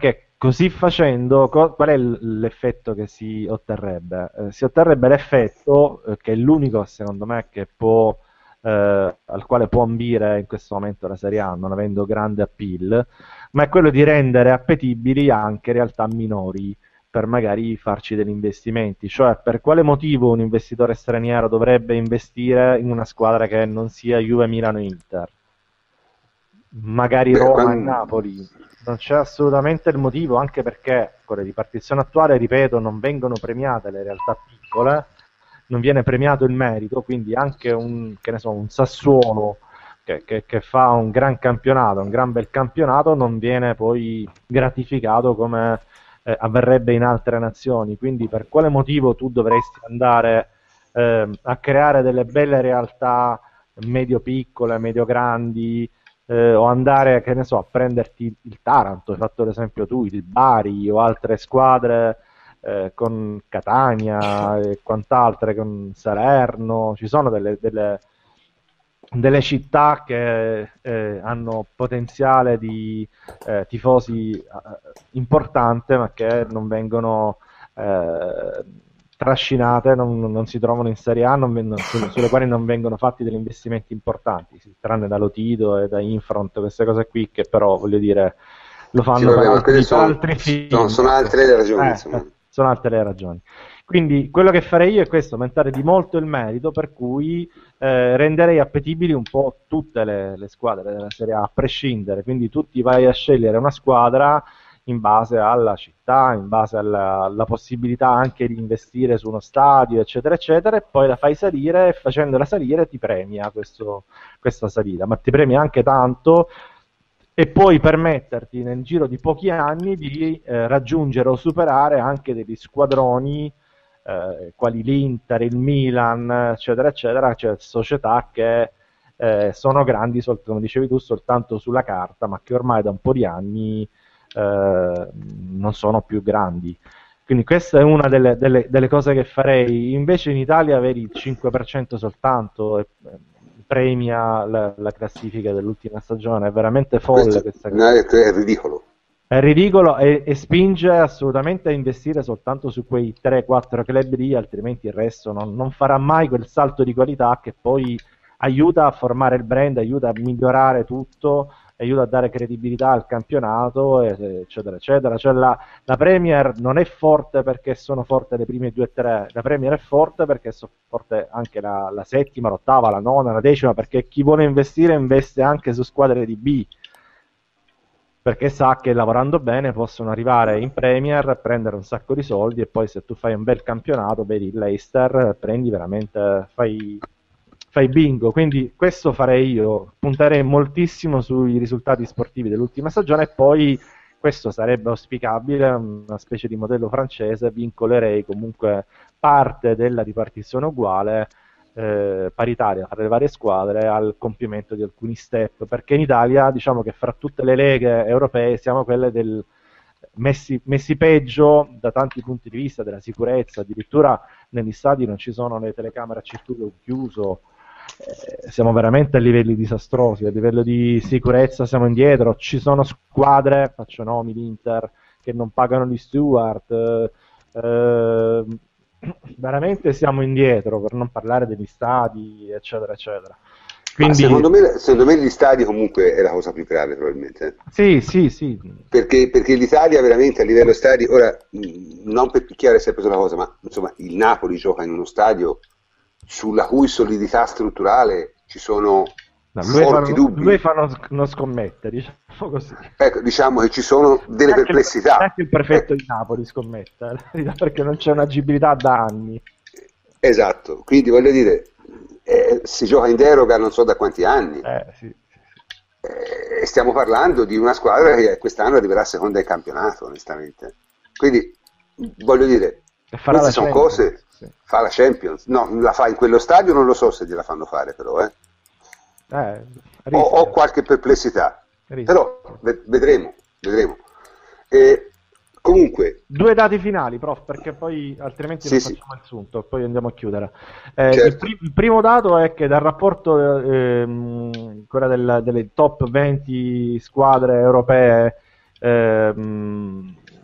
così facendo, co- qual è l- l'effetto che si otterrebbe? Eh, si otterrebbe l'effetto, eh, che è l'unico, secondo me, che può, eh, al quale può ambire in questo momento la Serie A, non avendo grande appeal, ma è quello di rendere appetibili anche realtà minori per magari farci degli investimenti. Cioè, per quale motivo un investitore straniero dovrebbe investire in una squadra che non sia Juve, Milano e Inter? Magari Beh, Roma e quan- Napoli. Non c'è assolutamente il motivo, anche perché con la ripartizione attuale, ripeto, non vengono premiate le realtà piccole, non viene premiato il merito, quindi anche un, che ne so, un Sassuolo che, che- che fa un gran campionato, un gran bel campionato, non viene poi gratificato come eh, avverrebbe in altre nazioni. Quindi per quale motivo tu dovresti andare ehm, a creare delle belle realtà medio-piccole, medio-grandi, eh, o andare, che ne so, a prenderti il Taranto, hai fatto l'esempio tu, il Bari o altre squadre eh, con Catania e quant'altre, con Salerno, ci sono delle, delle, delle città che eh, hanno potenziale di eh, tifosi eh, importante, ma che non vengono eh, trascinate, non, non si trovano in Serie A, non vengono- su- sulle quali non vengono fatti degli investimenti importanti, sì, tranne da Lotido e da Infront, queste cose qui che però, voglio dire, lo Sì, fanno per vabbè, ma quelle altri, per sono, altri sono- film, sono ecco. altre le ragioni, Eh, insomma. eh, sono altre le ragioni. Quindi quello che farei io è questo, aumentare di molto il merito, per cui eh, renderei appetibili un po' tutte le, le squadre della Serie A, a prescindere. Quindi tu ti vai a scegliere una squadra in base alla città, in base alla, alla possibilità anche di investire su uno stadio, eccetera, eccetera, e poi la fai salire e facendola salire ti premia questo, questa salita, ma ti premia anche tanto e puoi permetterti nel giro di pochi anni di eh, raggiungere o superare anche degli squadroni eh, quali l'Inter, il Milan, eccetera, eccetera, cioè società che eh, sono grandi, sol- come dicevi tu, soltanto sulla carta, ma che ormai da un po' di anni eh, non sono più grandi. Quindi questa è una delle, delle- delle cose che farei. Invece in Italia avere il cinque per cento soltanto e, eh, premia la, la classifica dell'ultima stagione, è veramente folle Questo questa no, cosa. è, è ridicolo. È ridicolo e, e spinge assolutamente a investire soltanto su quei tre quattro club lì, altrimenti il resto non, non farà mai quel salto di qualità che poi aiuta a formare il brand, aiuta a migliorare tutto, aiuta a dare credibilità al campionato, e- eccetera, eccetera. Cioè la, la Premier non è forte perché sono forte le prime due o tre, la Premier è forte perché sono forte anche la, la settima, l'ottava, la nona, la decima, perché chi vuole investire investe anche su squadre di B, perché sa che lavorando bene possono arrivare in Premier, prendere un sacco di soldi e poi se tu fai un bel campionato, vedi il Leicester, prendi veramente, fai, fai bingo. Quindi questo farei io, punterei moltissimo sui risultati sportivi dell'ultima stagione e poi questo sarebbe auspicabile, una specie di modello francese, vincolerei comunque parte della ripartizione uguale eh, paritaria tra le varie squadre al compimento di alcuni step, perché in Italia diciamo che fra tutte le leghe europee siamo quelle del messi, messi peggio da tanti punti di vista della sicurezza, addirittura negli stadi non ci sono le telecamere a circuito chiuso, eh, siamo veramente a livelli disastrosi, a livello di sicurezza siamo indietro, ci sono squadre, faccio nomi, l'Inter, che non pagano gli steward, eh, eh, veramente siamo indietro, per non parlare degli stadi, eccetera, eccetera. Ma Quindi secondo me, secondo me gli stadi comunque è la cosa più grave, probabilmente. eh. sì, sì, sì, Perché, perché l'Italia veramente a livello stadi, ora mh, non per picchiare sempre sulla cosa, ma insomma il Napoli gioca in uno stadio sulla cui solidità strutturale ci sono no, lui fa, forti dubbi. lui fa non, non scommette, diciamo così. Ecco, diciamo che ci sono delle Neanche il, perplessità. neanche il prefetto Ecco, di Napoli scommette, eh, perché non c'è un'agibilità da anni. esatto, quindi voglio dire, eh, si gioca in deroga non so da quanti anni. Eh, sì, sì, sì. Eh, stiamo parlando di una squadra che quest'anno arriverà seconda in campionato, onestamente. Quindi, voglio dire, E farà queste la sono Champions, cose, sì. fa la Champions, no, la fa in quello stadio, non lo so se gliela fanno fare però, eh. Eh, Ho, ho rischia, qualche perplessità, rischia. però ve- vedremo, vedremo. E, comunque, Due dati finali, prof, perché poi altrimenti sì, non sì, facciamo il sunto, poi andiamo a chiudere. Eh, il, certo. pri- il primo dato è che dal rapporto, ehm, quella del- delle top venti squadre europee ehm,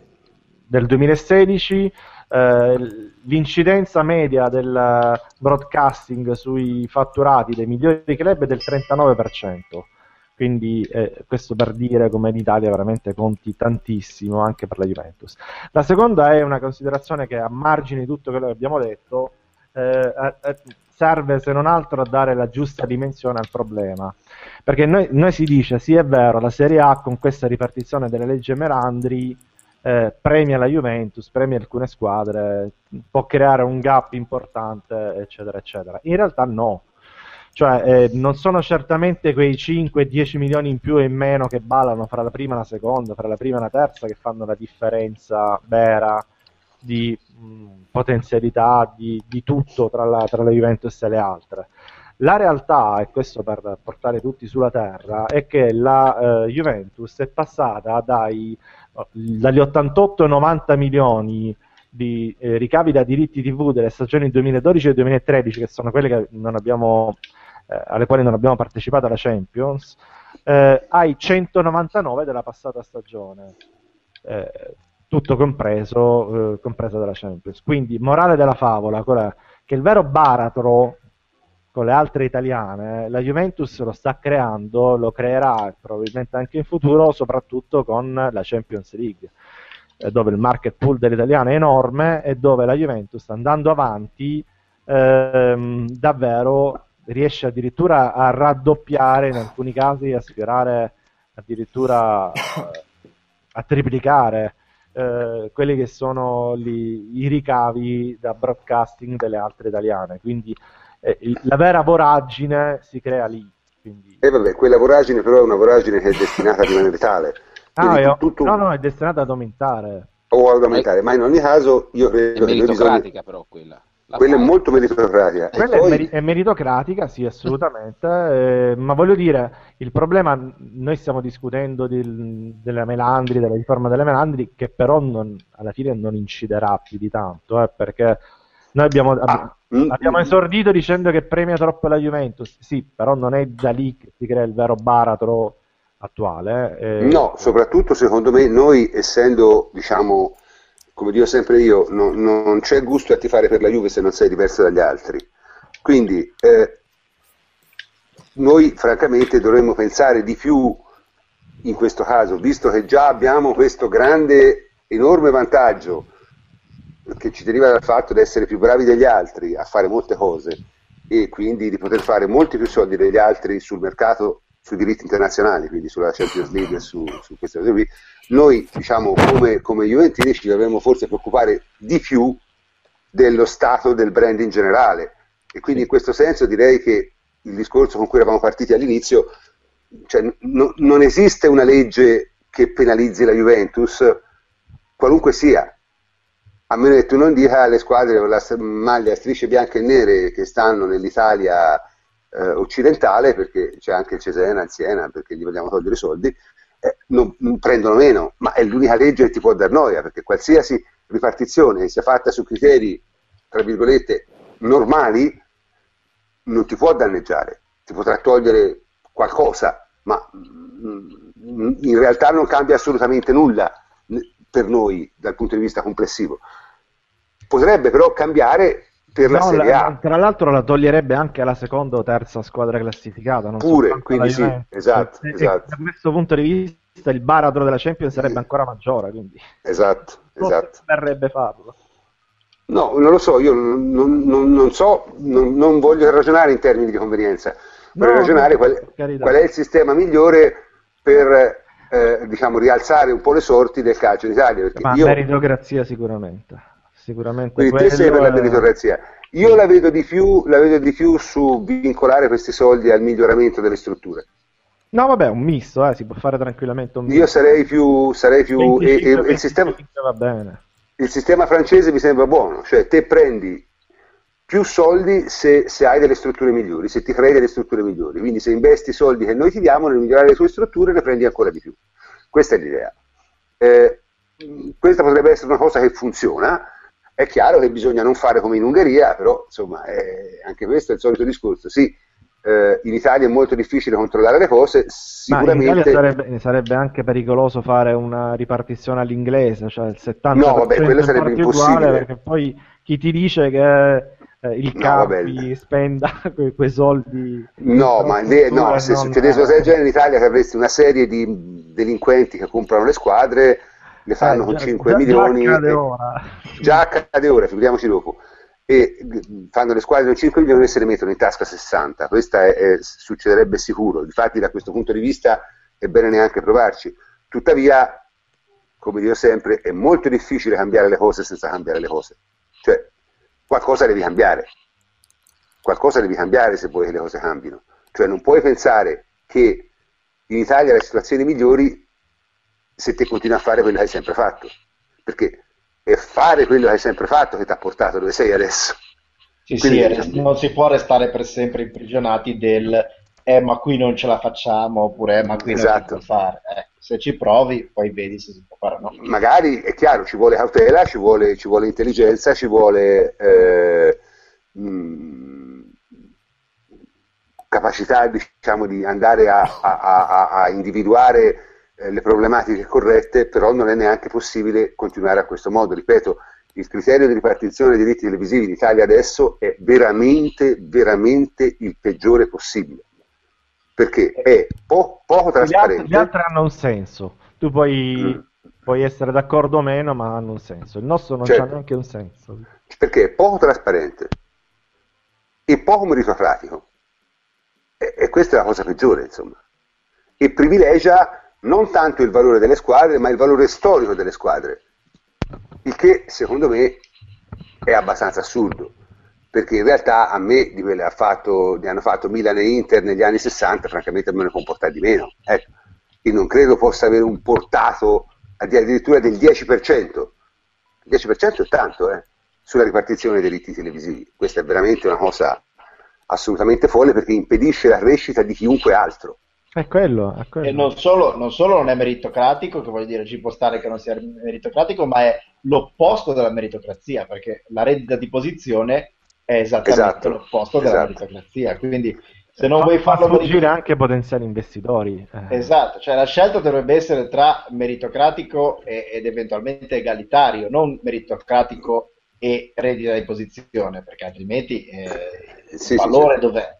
del duemilasedici eh, l'incidenza media del broadcasting sui fatturati dei migliori club è del trentanove per cento. Quindi eh, questo per dire come l'Italia veramente conti tantissimo anche per la Juventus. La seconda è una considerazione che a margine di tutto quello che abbiamo detto eh, eh, serve se non altro a dare la giusta dimensione al problema, perché noi, noi si dice sì è vero, la Serie A con questa ripartizione delle leggi Merandri eh, premia la Juventus, premia alcune squadre, può creare un gap importante eccetera eccetera. In realtà no. Cioè, eh, non sono certamente quei cinque dieci milioni in più e in meno che ballano fra la prima e la seconda, fra la prima e la terza, che fanno la differenza vera di mh, potenzialità, di, di tutto tra la, tra la Juventus e le altre. La realtà, e questo per portare tutti sulla terra, è che la eh, Juventus è passata dai, dagli ottantotto ai novanta milioni di eh, ricavi da diritti tivù delle stagioni duemiladodici e duemilatredici, che sono quelle che non abbiamo, eh, alle quali non abbiamo partecipato alla Champions, eh, ai centonovantanove della passata stagione, eh, tutto compreso, eh, compresa della Champions. Quindi, morale della favola, qual è? Che il vero baratro con le altre italiane, la Juventus lo sta creando, lo creerà probabilmente anche in futuro, soprattutto con la Champions League, dove il market pool dell'italiano è enorme e dove la Juventus, andando avanti, ehm, davvero riesce addirittura a raddoppiare, in alcuni casi a sfiorare addirittura eh, a triplicare eh, quelli che sono gli, i ricavi da broadcasting delle altre italiane. Quindi eh, la vera voragine si crea lì. Quindi... E vabbè, quella voragine però è una voragine che è destinata a rimanere tale. Ah, io, tutto... no, no, è destinata ad aumentare. O ad aumentare, ma in ogni caso io credo è meritocratica bisogna... però quella. La quella fai. È molto meritocratica. Quella poi... è, meri- è meritocratica, sì, assolutamente, eh, ma voglio dire, il problema, noi stiamo discutendo di, delle Melandri, della riforma delle Melandri, che però non, alla fine non inciderà più di tanto, eh, perché noi abbiamo, ah, ab- abbiamo mm, esordito dicendo che premia troppo la Juventus, sì, però non è da lì che si crea il vero baratro attuale. Eh. No, soprattutto secondo me noi, essendo, diciamo, come dico sempre io, no, non c'è gusto a tifare per la Juve se non sei diverso dagli altri. Quindi eh, noi francamente dovremmo pensare di più in questo caso, visto che già abbiamo questo grande, enorme vantaggio che ci deriva dal fatto di essere più bravi degli altri a fare molte cose e quindi di poter fare molti più soldi degli altri sul mercato, sui diritti internazionali, quindi sulla Champions League e su, su queste cose qui. Noi, diciamo, come, come Juventini ci dovremmo forse preoccupare di più dello stato del brand in generale, e quindi in questo senso direi che il discorso con cui eravamo partiti all'inizio, cioè, no, non esiste una legge che penalizzi la Juventus, qualunque sia, a meno che tu non dica alle squadre con la maglia a strisce bianche e nere che stanno nell'Italia eh, occidentale, perché c'è anche il Cesena, il Siena, perché gli vogliamo togliere i soldi, Eh, non, non prendono meno, ma è l'unica legge che ti può dar noia, perché qualsiasi ripartizione sia fatta su criteri tra virgolette normali non ti può danneggiare, ti potrà togliere qualcosa, ma in realtà non cambia assolutamente nulla per noi dal punto di vista complessivo. Potrebbe però cambiare per la no, Serie A. La, tra l'altro la toglierebbe anche alla seconda o terza squadra classificata. Non Pure, quindi sì, esatto, e, esatto. E da questo punto di vista il baratro della Champions sarebbe ancora maggiore. Quindi. Esatto, esatto. Verrebbe farlo. No, non lo so, io non, non, non so, non, non voglio ragionare in termini di convenienza, voglio no, ragionare no, qual, qual è il sistema migliore per eh, diciamo, rialzare un po' le sorti del calcio in Italia. Perché Ma io... meritocrazia sicuramente. Sicuramente quindi te sei per la meritocrazia. Io la vedo di più, la vedo di più su vincolare questi soldi al miglioramento delle strutture. No, vabbè, un misto, eh, si può fare tranquillamente un misto. Io sarei più, sarei più venticinque, e, e il sistema va bene. Il sistema francese mi sembra buono, cioè te prendi più soldi se, se hai delle strutture migliori, se ti crei delle strutture migliori, quindi se investi i soldi che noi ti diamo nel migliorare le tue strutture ne prendi ancora di più. Questa è l'idea. Eh, questa potrebbe essere una cosa che funziona. È chiaro che bisogna non fare come in Ungheria, però insomma è, anche questo è il solito discorso. Sì, eh, in Italia è molto difficile controllare le cose, Ma in Italia sicuramente... sarebbe, sarebbe anche pericoloso fare una ripartizione all'inglese, cioè il No, vabbè, quello settanta per cento in sarebbe parte uguale, impossibile. perché poi chi ti dice che eh, il No, vabbè. Campi spenda que- quei soldi in No, ma le- no, infrastrutture e se non... succedesse una cosa del genere in Italia avresti una serie di delinquenti che comprano le squadre, le fanno Eh, con già, cinque già- già milioni, accade e- ora. già accade ora, figuriamoci dopo, e g- fanno le squadre con cinque milioni e se ne mettono in tasca sessanta. Questa è- è- succederebbe sicuro. Infatti, da questo punto di vista è bene neanche provarci. Tuttavia, come dico sempre, è molto difficile cambiare le cose senza cambiare le cose. Cioè, qualcosa devi cambiare. Qualcosa devi cambiare se vuoi che le cose cambino. Cioè, non puoi pensare che in Italia le situazioni migliori se te continui a fare quello che hai sempre fatto. Perché è fare quello che hai sempre fatto che ti ha portato dove sei adesso. Sì, Quindi, sì, diciamo, non si può restare per sempre imprigionati del eh, ma qui non ce la facciamo, oppure eh, ma qui non si può esatto. fare. Eh, se ci provi, poi vedi se si può fare o no. Magari è chiaro, ci vuole cautela, ci vuole, ci vuole intelligenza, ci vuole eh, mh, capacità, diciamo, di andare a, a- a- a individuare eh, le problematiche corrette, però non è neanche possibile continuare a questo modo. Ripeto, il criterio di ripartizione dei diritti televisivi in Italia adesso è veramente, veramente il peggiore possibile, perché è po- poco Gli altri, gli trasparente. altri hanno un senso. Tu puoi, Mm. puoi essere d'accordo o meno, ma hanno un senso. Il nostro non c'ha Certo, neanche un senso. perché è poco trasparente e poco meritocratico, e, e questa è la cosa peggiore, insomma, e privilegia non tanto il valore delle squadre, ma il valore storico delle squadre, il che secondo me è abbastanza assurdo, perché in realtà a me di quelle ha fatto, ne hanno fatto Milan e Inter negli anni sessanta, francamente me ne comporta di meno, ecco. E non credo possa avere un portato addirittura del dieci per cento. Il dieci per cento è tanto, eh, sulla ripartizione dei diritti televisivi. Questa è veramente una cosa assolutamente folle, perché impedisce la crescita di chiunque altro. È quello, è E quello. non solo, non solo non è meritocratico, che voglio dire, ci può stare che non sia meritocratico, ma è l'opposto della meritocrazia, perché la reddita di posizione è esattamente Esatto, l'opposto della esatto. meritocrazia. Quindi se non Fa, vuoi fa farlo sfuggire meritocratico, anche potenziali investitori. eh. esatto, cioè la scelta dovrebbe essere tra meritocratico e- ed eventualmente egalitario, non meritocratico e reddita di posizione, perché altrimenti eh, il Sì, sì, valore certo. dov'è?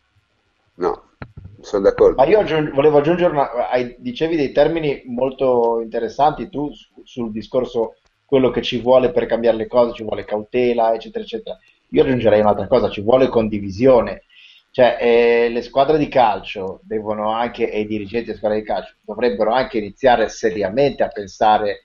No, sono Ma d'accordo. io aggiung- volevo aggiungere, una, hai- dicevi dei termini molto interessanti tu su- sul discorso, quello che ci vuole per cambiare le cose, ci vuole cautela, eccetera, eccetera. Io aggiungerei un'altra cosa, ci vuole condivisione. Cioè, eh, le squadre di calcio devono anche, e i dirigenti delle squadre di calcio dovrebbero anche iniziare seriamente a pensare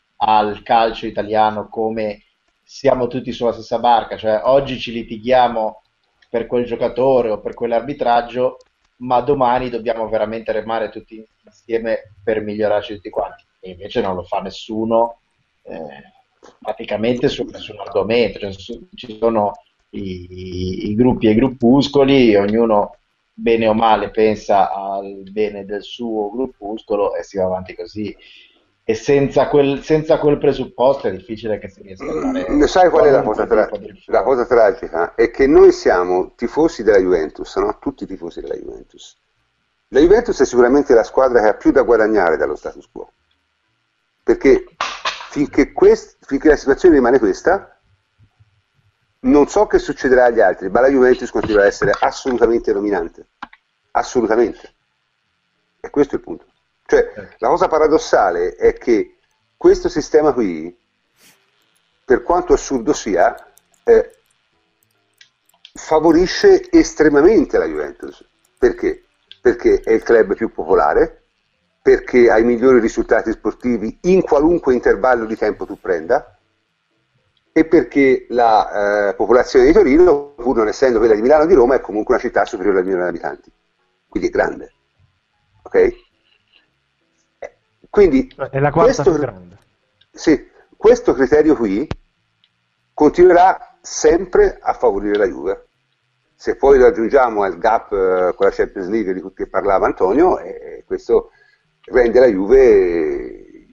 al calcio italiano come siamo tutti sulla stessa barca, cioè oggi ci litighiamo per quel giocatore o per quell'arbitraggio, ma domani dobbiamo veramente remare tutti insieme per migliorarci tutti quanti. E invece non lo fa nessuno, eh, praticamente su nessun argomento. Cioè, su- ci sono i, i gruppi e i gruppuscoli, ognuno bene o male pensa al bene del suo gruppuscolo e si va avanti così. E senza quel, senza quel presupposto è difficile che si riesca a Mm, fare Sai qual è la cosa, qualunque tra- tipo di la riforma. cosa tragica? È che noi siamo tifosi della Juventus, no? Tutti tifosi della Juventus. La Juventus è sicuramente la squadra che ha più da guadagnare dallo status quo, perché finché, quest- finché la situazione rimane questa, non so che succederà agli altri, ma la Juventus continuerà a essere assolutamente dominante, assolutamente. E questo è il punto. Cioè, la cosa paradossale è che questo sistema qui, per quanto assurdo sia, eh, favorisce estremamente la Juventus. Perché? Perché è il club più popolare, perché ha i migliori risultati sportivi in qualunque intervallo di tempo tu prenda, e perché la eh, popolazione di Torino, pur non essendo quella di Milano o di Roma, è comunque una città superiore al milione di abitanti. Quindi è grande. Ok? Eh, Quindi È la quarta questo, più grande. sì, questo criterio qui continuerà sempre a favorire la Juve. Se poi lo aggiungiamo al gap eh, con la Champions League di cui parlava Antonio, eh, questo rende la Juve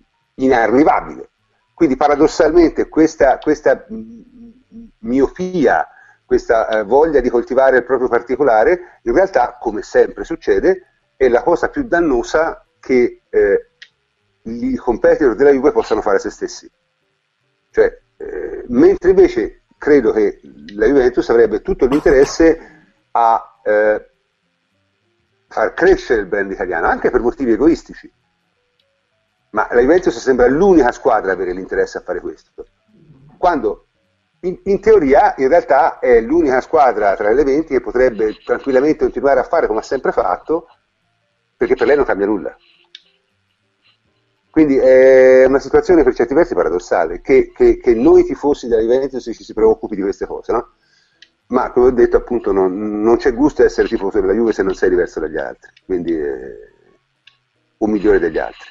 inarrivabile. Quindi paradossalmente questa, questa miopia questa eh, voglia di coltivare il proprio particolare, in realtà, come sempre succede, è la cosa più dannosa che eh, i competitor della Juve possano fare a se stessi. Cioè, eh, mentre invece credo che la Juventus avrebbe tutto l'interesse a eh, far crescere il brand italiano, anche per motivi egoistici. Ma la Juventus sembra l'unica squadra a avere l'interesse a fare questo, quando in, in teoria in realtà è l'unica squadra tra le venti che potrebbe tranquillamente continuare a fare come ha sempre fatto, perché per lei non cambia nulla. Quindi è una situazione per certi versi paradossale, che, che, che noi tifosi della Juventus ci si preoccupi di queste cose, no? Ma come ho detto appunto non, non c'è gusto essere tifoso della Juve se non sei diverso dagli altri, quindi eh, un migliore degli altri.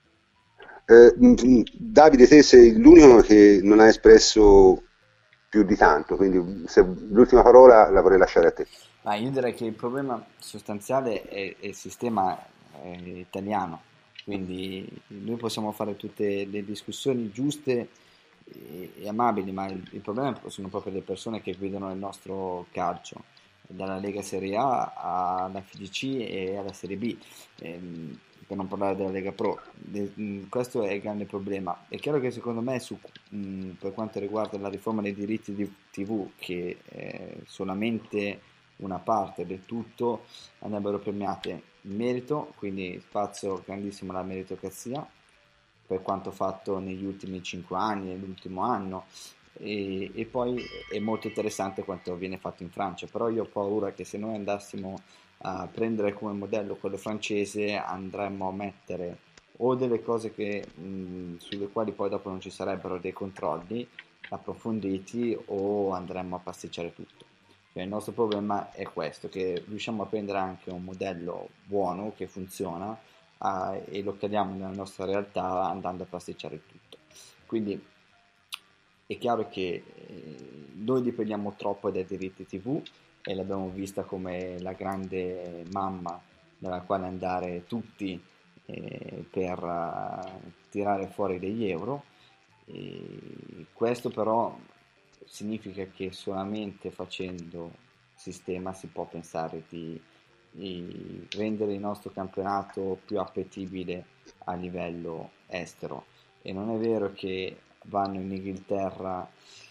Eh, Davide, te sei l'unico che non ha espresso più di tanto, quindi se l'ultima parola la vorrei lasciare a te. Ma io direi che il problema sostanziale è, è il sistema eh, italiano, quindi noi possiamo fare tutte le discussioni giuste e, e amabili, ma il, il problema sono proprio le persone che guidano il nostro calcio, dalla Lega Serie A alla F D C e alla Serie B. Ehm, per non parlare della Lega Pro. De, mh, questo è il grande problema. È chiaro che secondo me su, mh, per quanto riguarda la riforma dei diritti di tivù, che è solamente una parte del tutto, andrebbero premiate il merito, quindi spazio grandissimo alla meritocrazia, per quanto fatto negli ultimi cinque anni, nell'ultimo anno, e, e poi è molto interessante quanto viene fatto in Francia, però io ho paura che se noi andassimo a prendere come modello quello francese andremmo a mettere o delle cose che, mh, sulle quali poi dopo non ci sarebbero dei controlli approfonditi, o andremmo a pasticciare tutto. Cioè, il nostro problema è questo, che riusciamo a prendere anche un modello buono che funziona uh, e lo cadiamo nella nostra realtà andando a pasticciare tutto. Quindi è chiaro che eh, noi dipendiamo troppo dai diritti tivù e l'abbiamo vista come la grande mamma dalla quale andare tutti eh, per uh, tirare fuori degli euro. E questo però significa che solamente facendo sistema si può pensare di, di rendere il nostro campionato più appetibile a livello estero, e non è vero che vanno in Inghilterra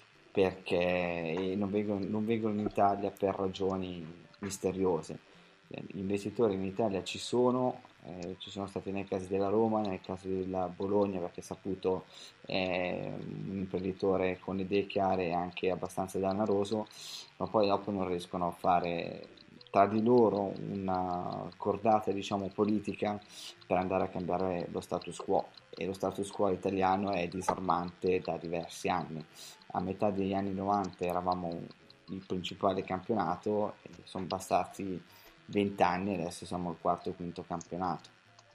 perché non vengono, non vengono in Italia per ragioni misteriose. Gli investitori in Italia ci sono, eh, ci sono stati nei casi della Roma, nel caso della Bologna, perché Saputo è un imprenditore con idee chiare e anche abbastanza danaroso, ma poi dopo non riescono a fare tra di loro una cordata, diciamo, politica per andare a cambiare lo status quo, e lo status quo italiano è disarmante da diversi anni. A metà degli anni novanta eravamo il principale campionato e sono bastati venti anni e adesso siamo il quarto o quinto campionato.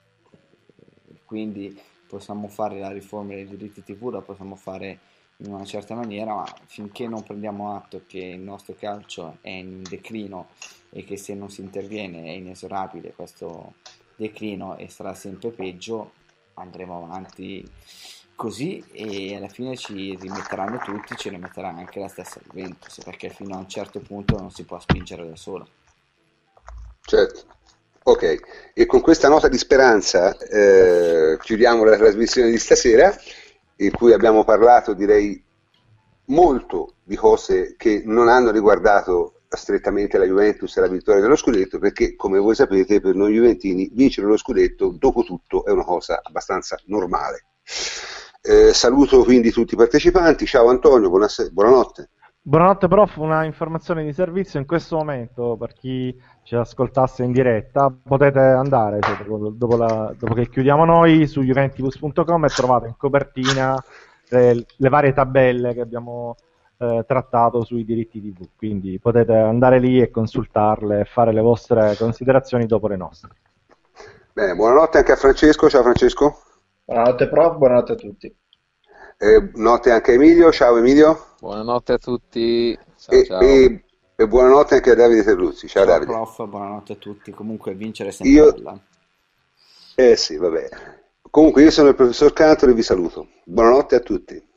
Quindi possiamo fare la riforma dei diritti tivù, la possiamo fare in una certa maniera, ma finché non prendiamo atto che il nostro calcio è in declino e che se non si interviene è inesorabile questo declino e sarà sempre peggio, andremo avanti così e alla fine ci rimetteranno tutti, ci rimetterà anche la stessa Juventus, perché fino a un certo punto non si può spingere da solo. Certo, ok, e con questa nota di speranza eh, chiudiamo la trasmissione di stasera, in cui abbiamo parlato, direi, molto di cose che non hanno riguardato strettamente la Juventus e la vittoria dello scudetto, perché come voi sapete per noi juventini vincere lo scudetto dopo tutto è una cosa abbastanza normale. Eh, saluto quindi tutti i partecipanti, ciao Antonio, buonasera, buonanotte. Buonanotte prof, una informazione di servizio: in questo momento per chi ci ascoltasse in diretta potete andare, cioè, dopo, dopo, la, dopo che chiudiamo noi, su juventus punto com e trovate in copertina le, le varie tabelle che abbiamo eh, trattato sui diritti tivù, quindi potete andare lì e consultarle e fare le vostre considerazioni dopo le nostre. Bene, buonanotte anche a Francesco, ciao Francesco. Buonanotte prof, buonanotte a tutti. Eh, notte anche a Emilio, ciao Emilio. Buonanotte a tutti, ciao, e, ciao. E, e buonanotte anche a Davide Terruzzi, ciao, Ciao Davide. prof, buonanotte a tutti, comunque vincere è sempre Io... bella. Eh sì, vabbè. Comunque io sono il professor Cantor e vi saluto. Buonanotte a tutti.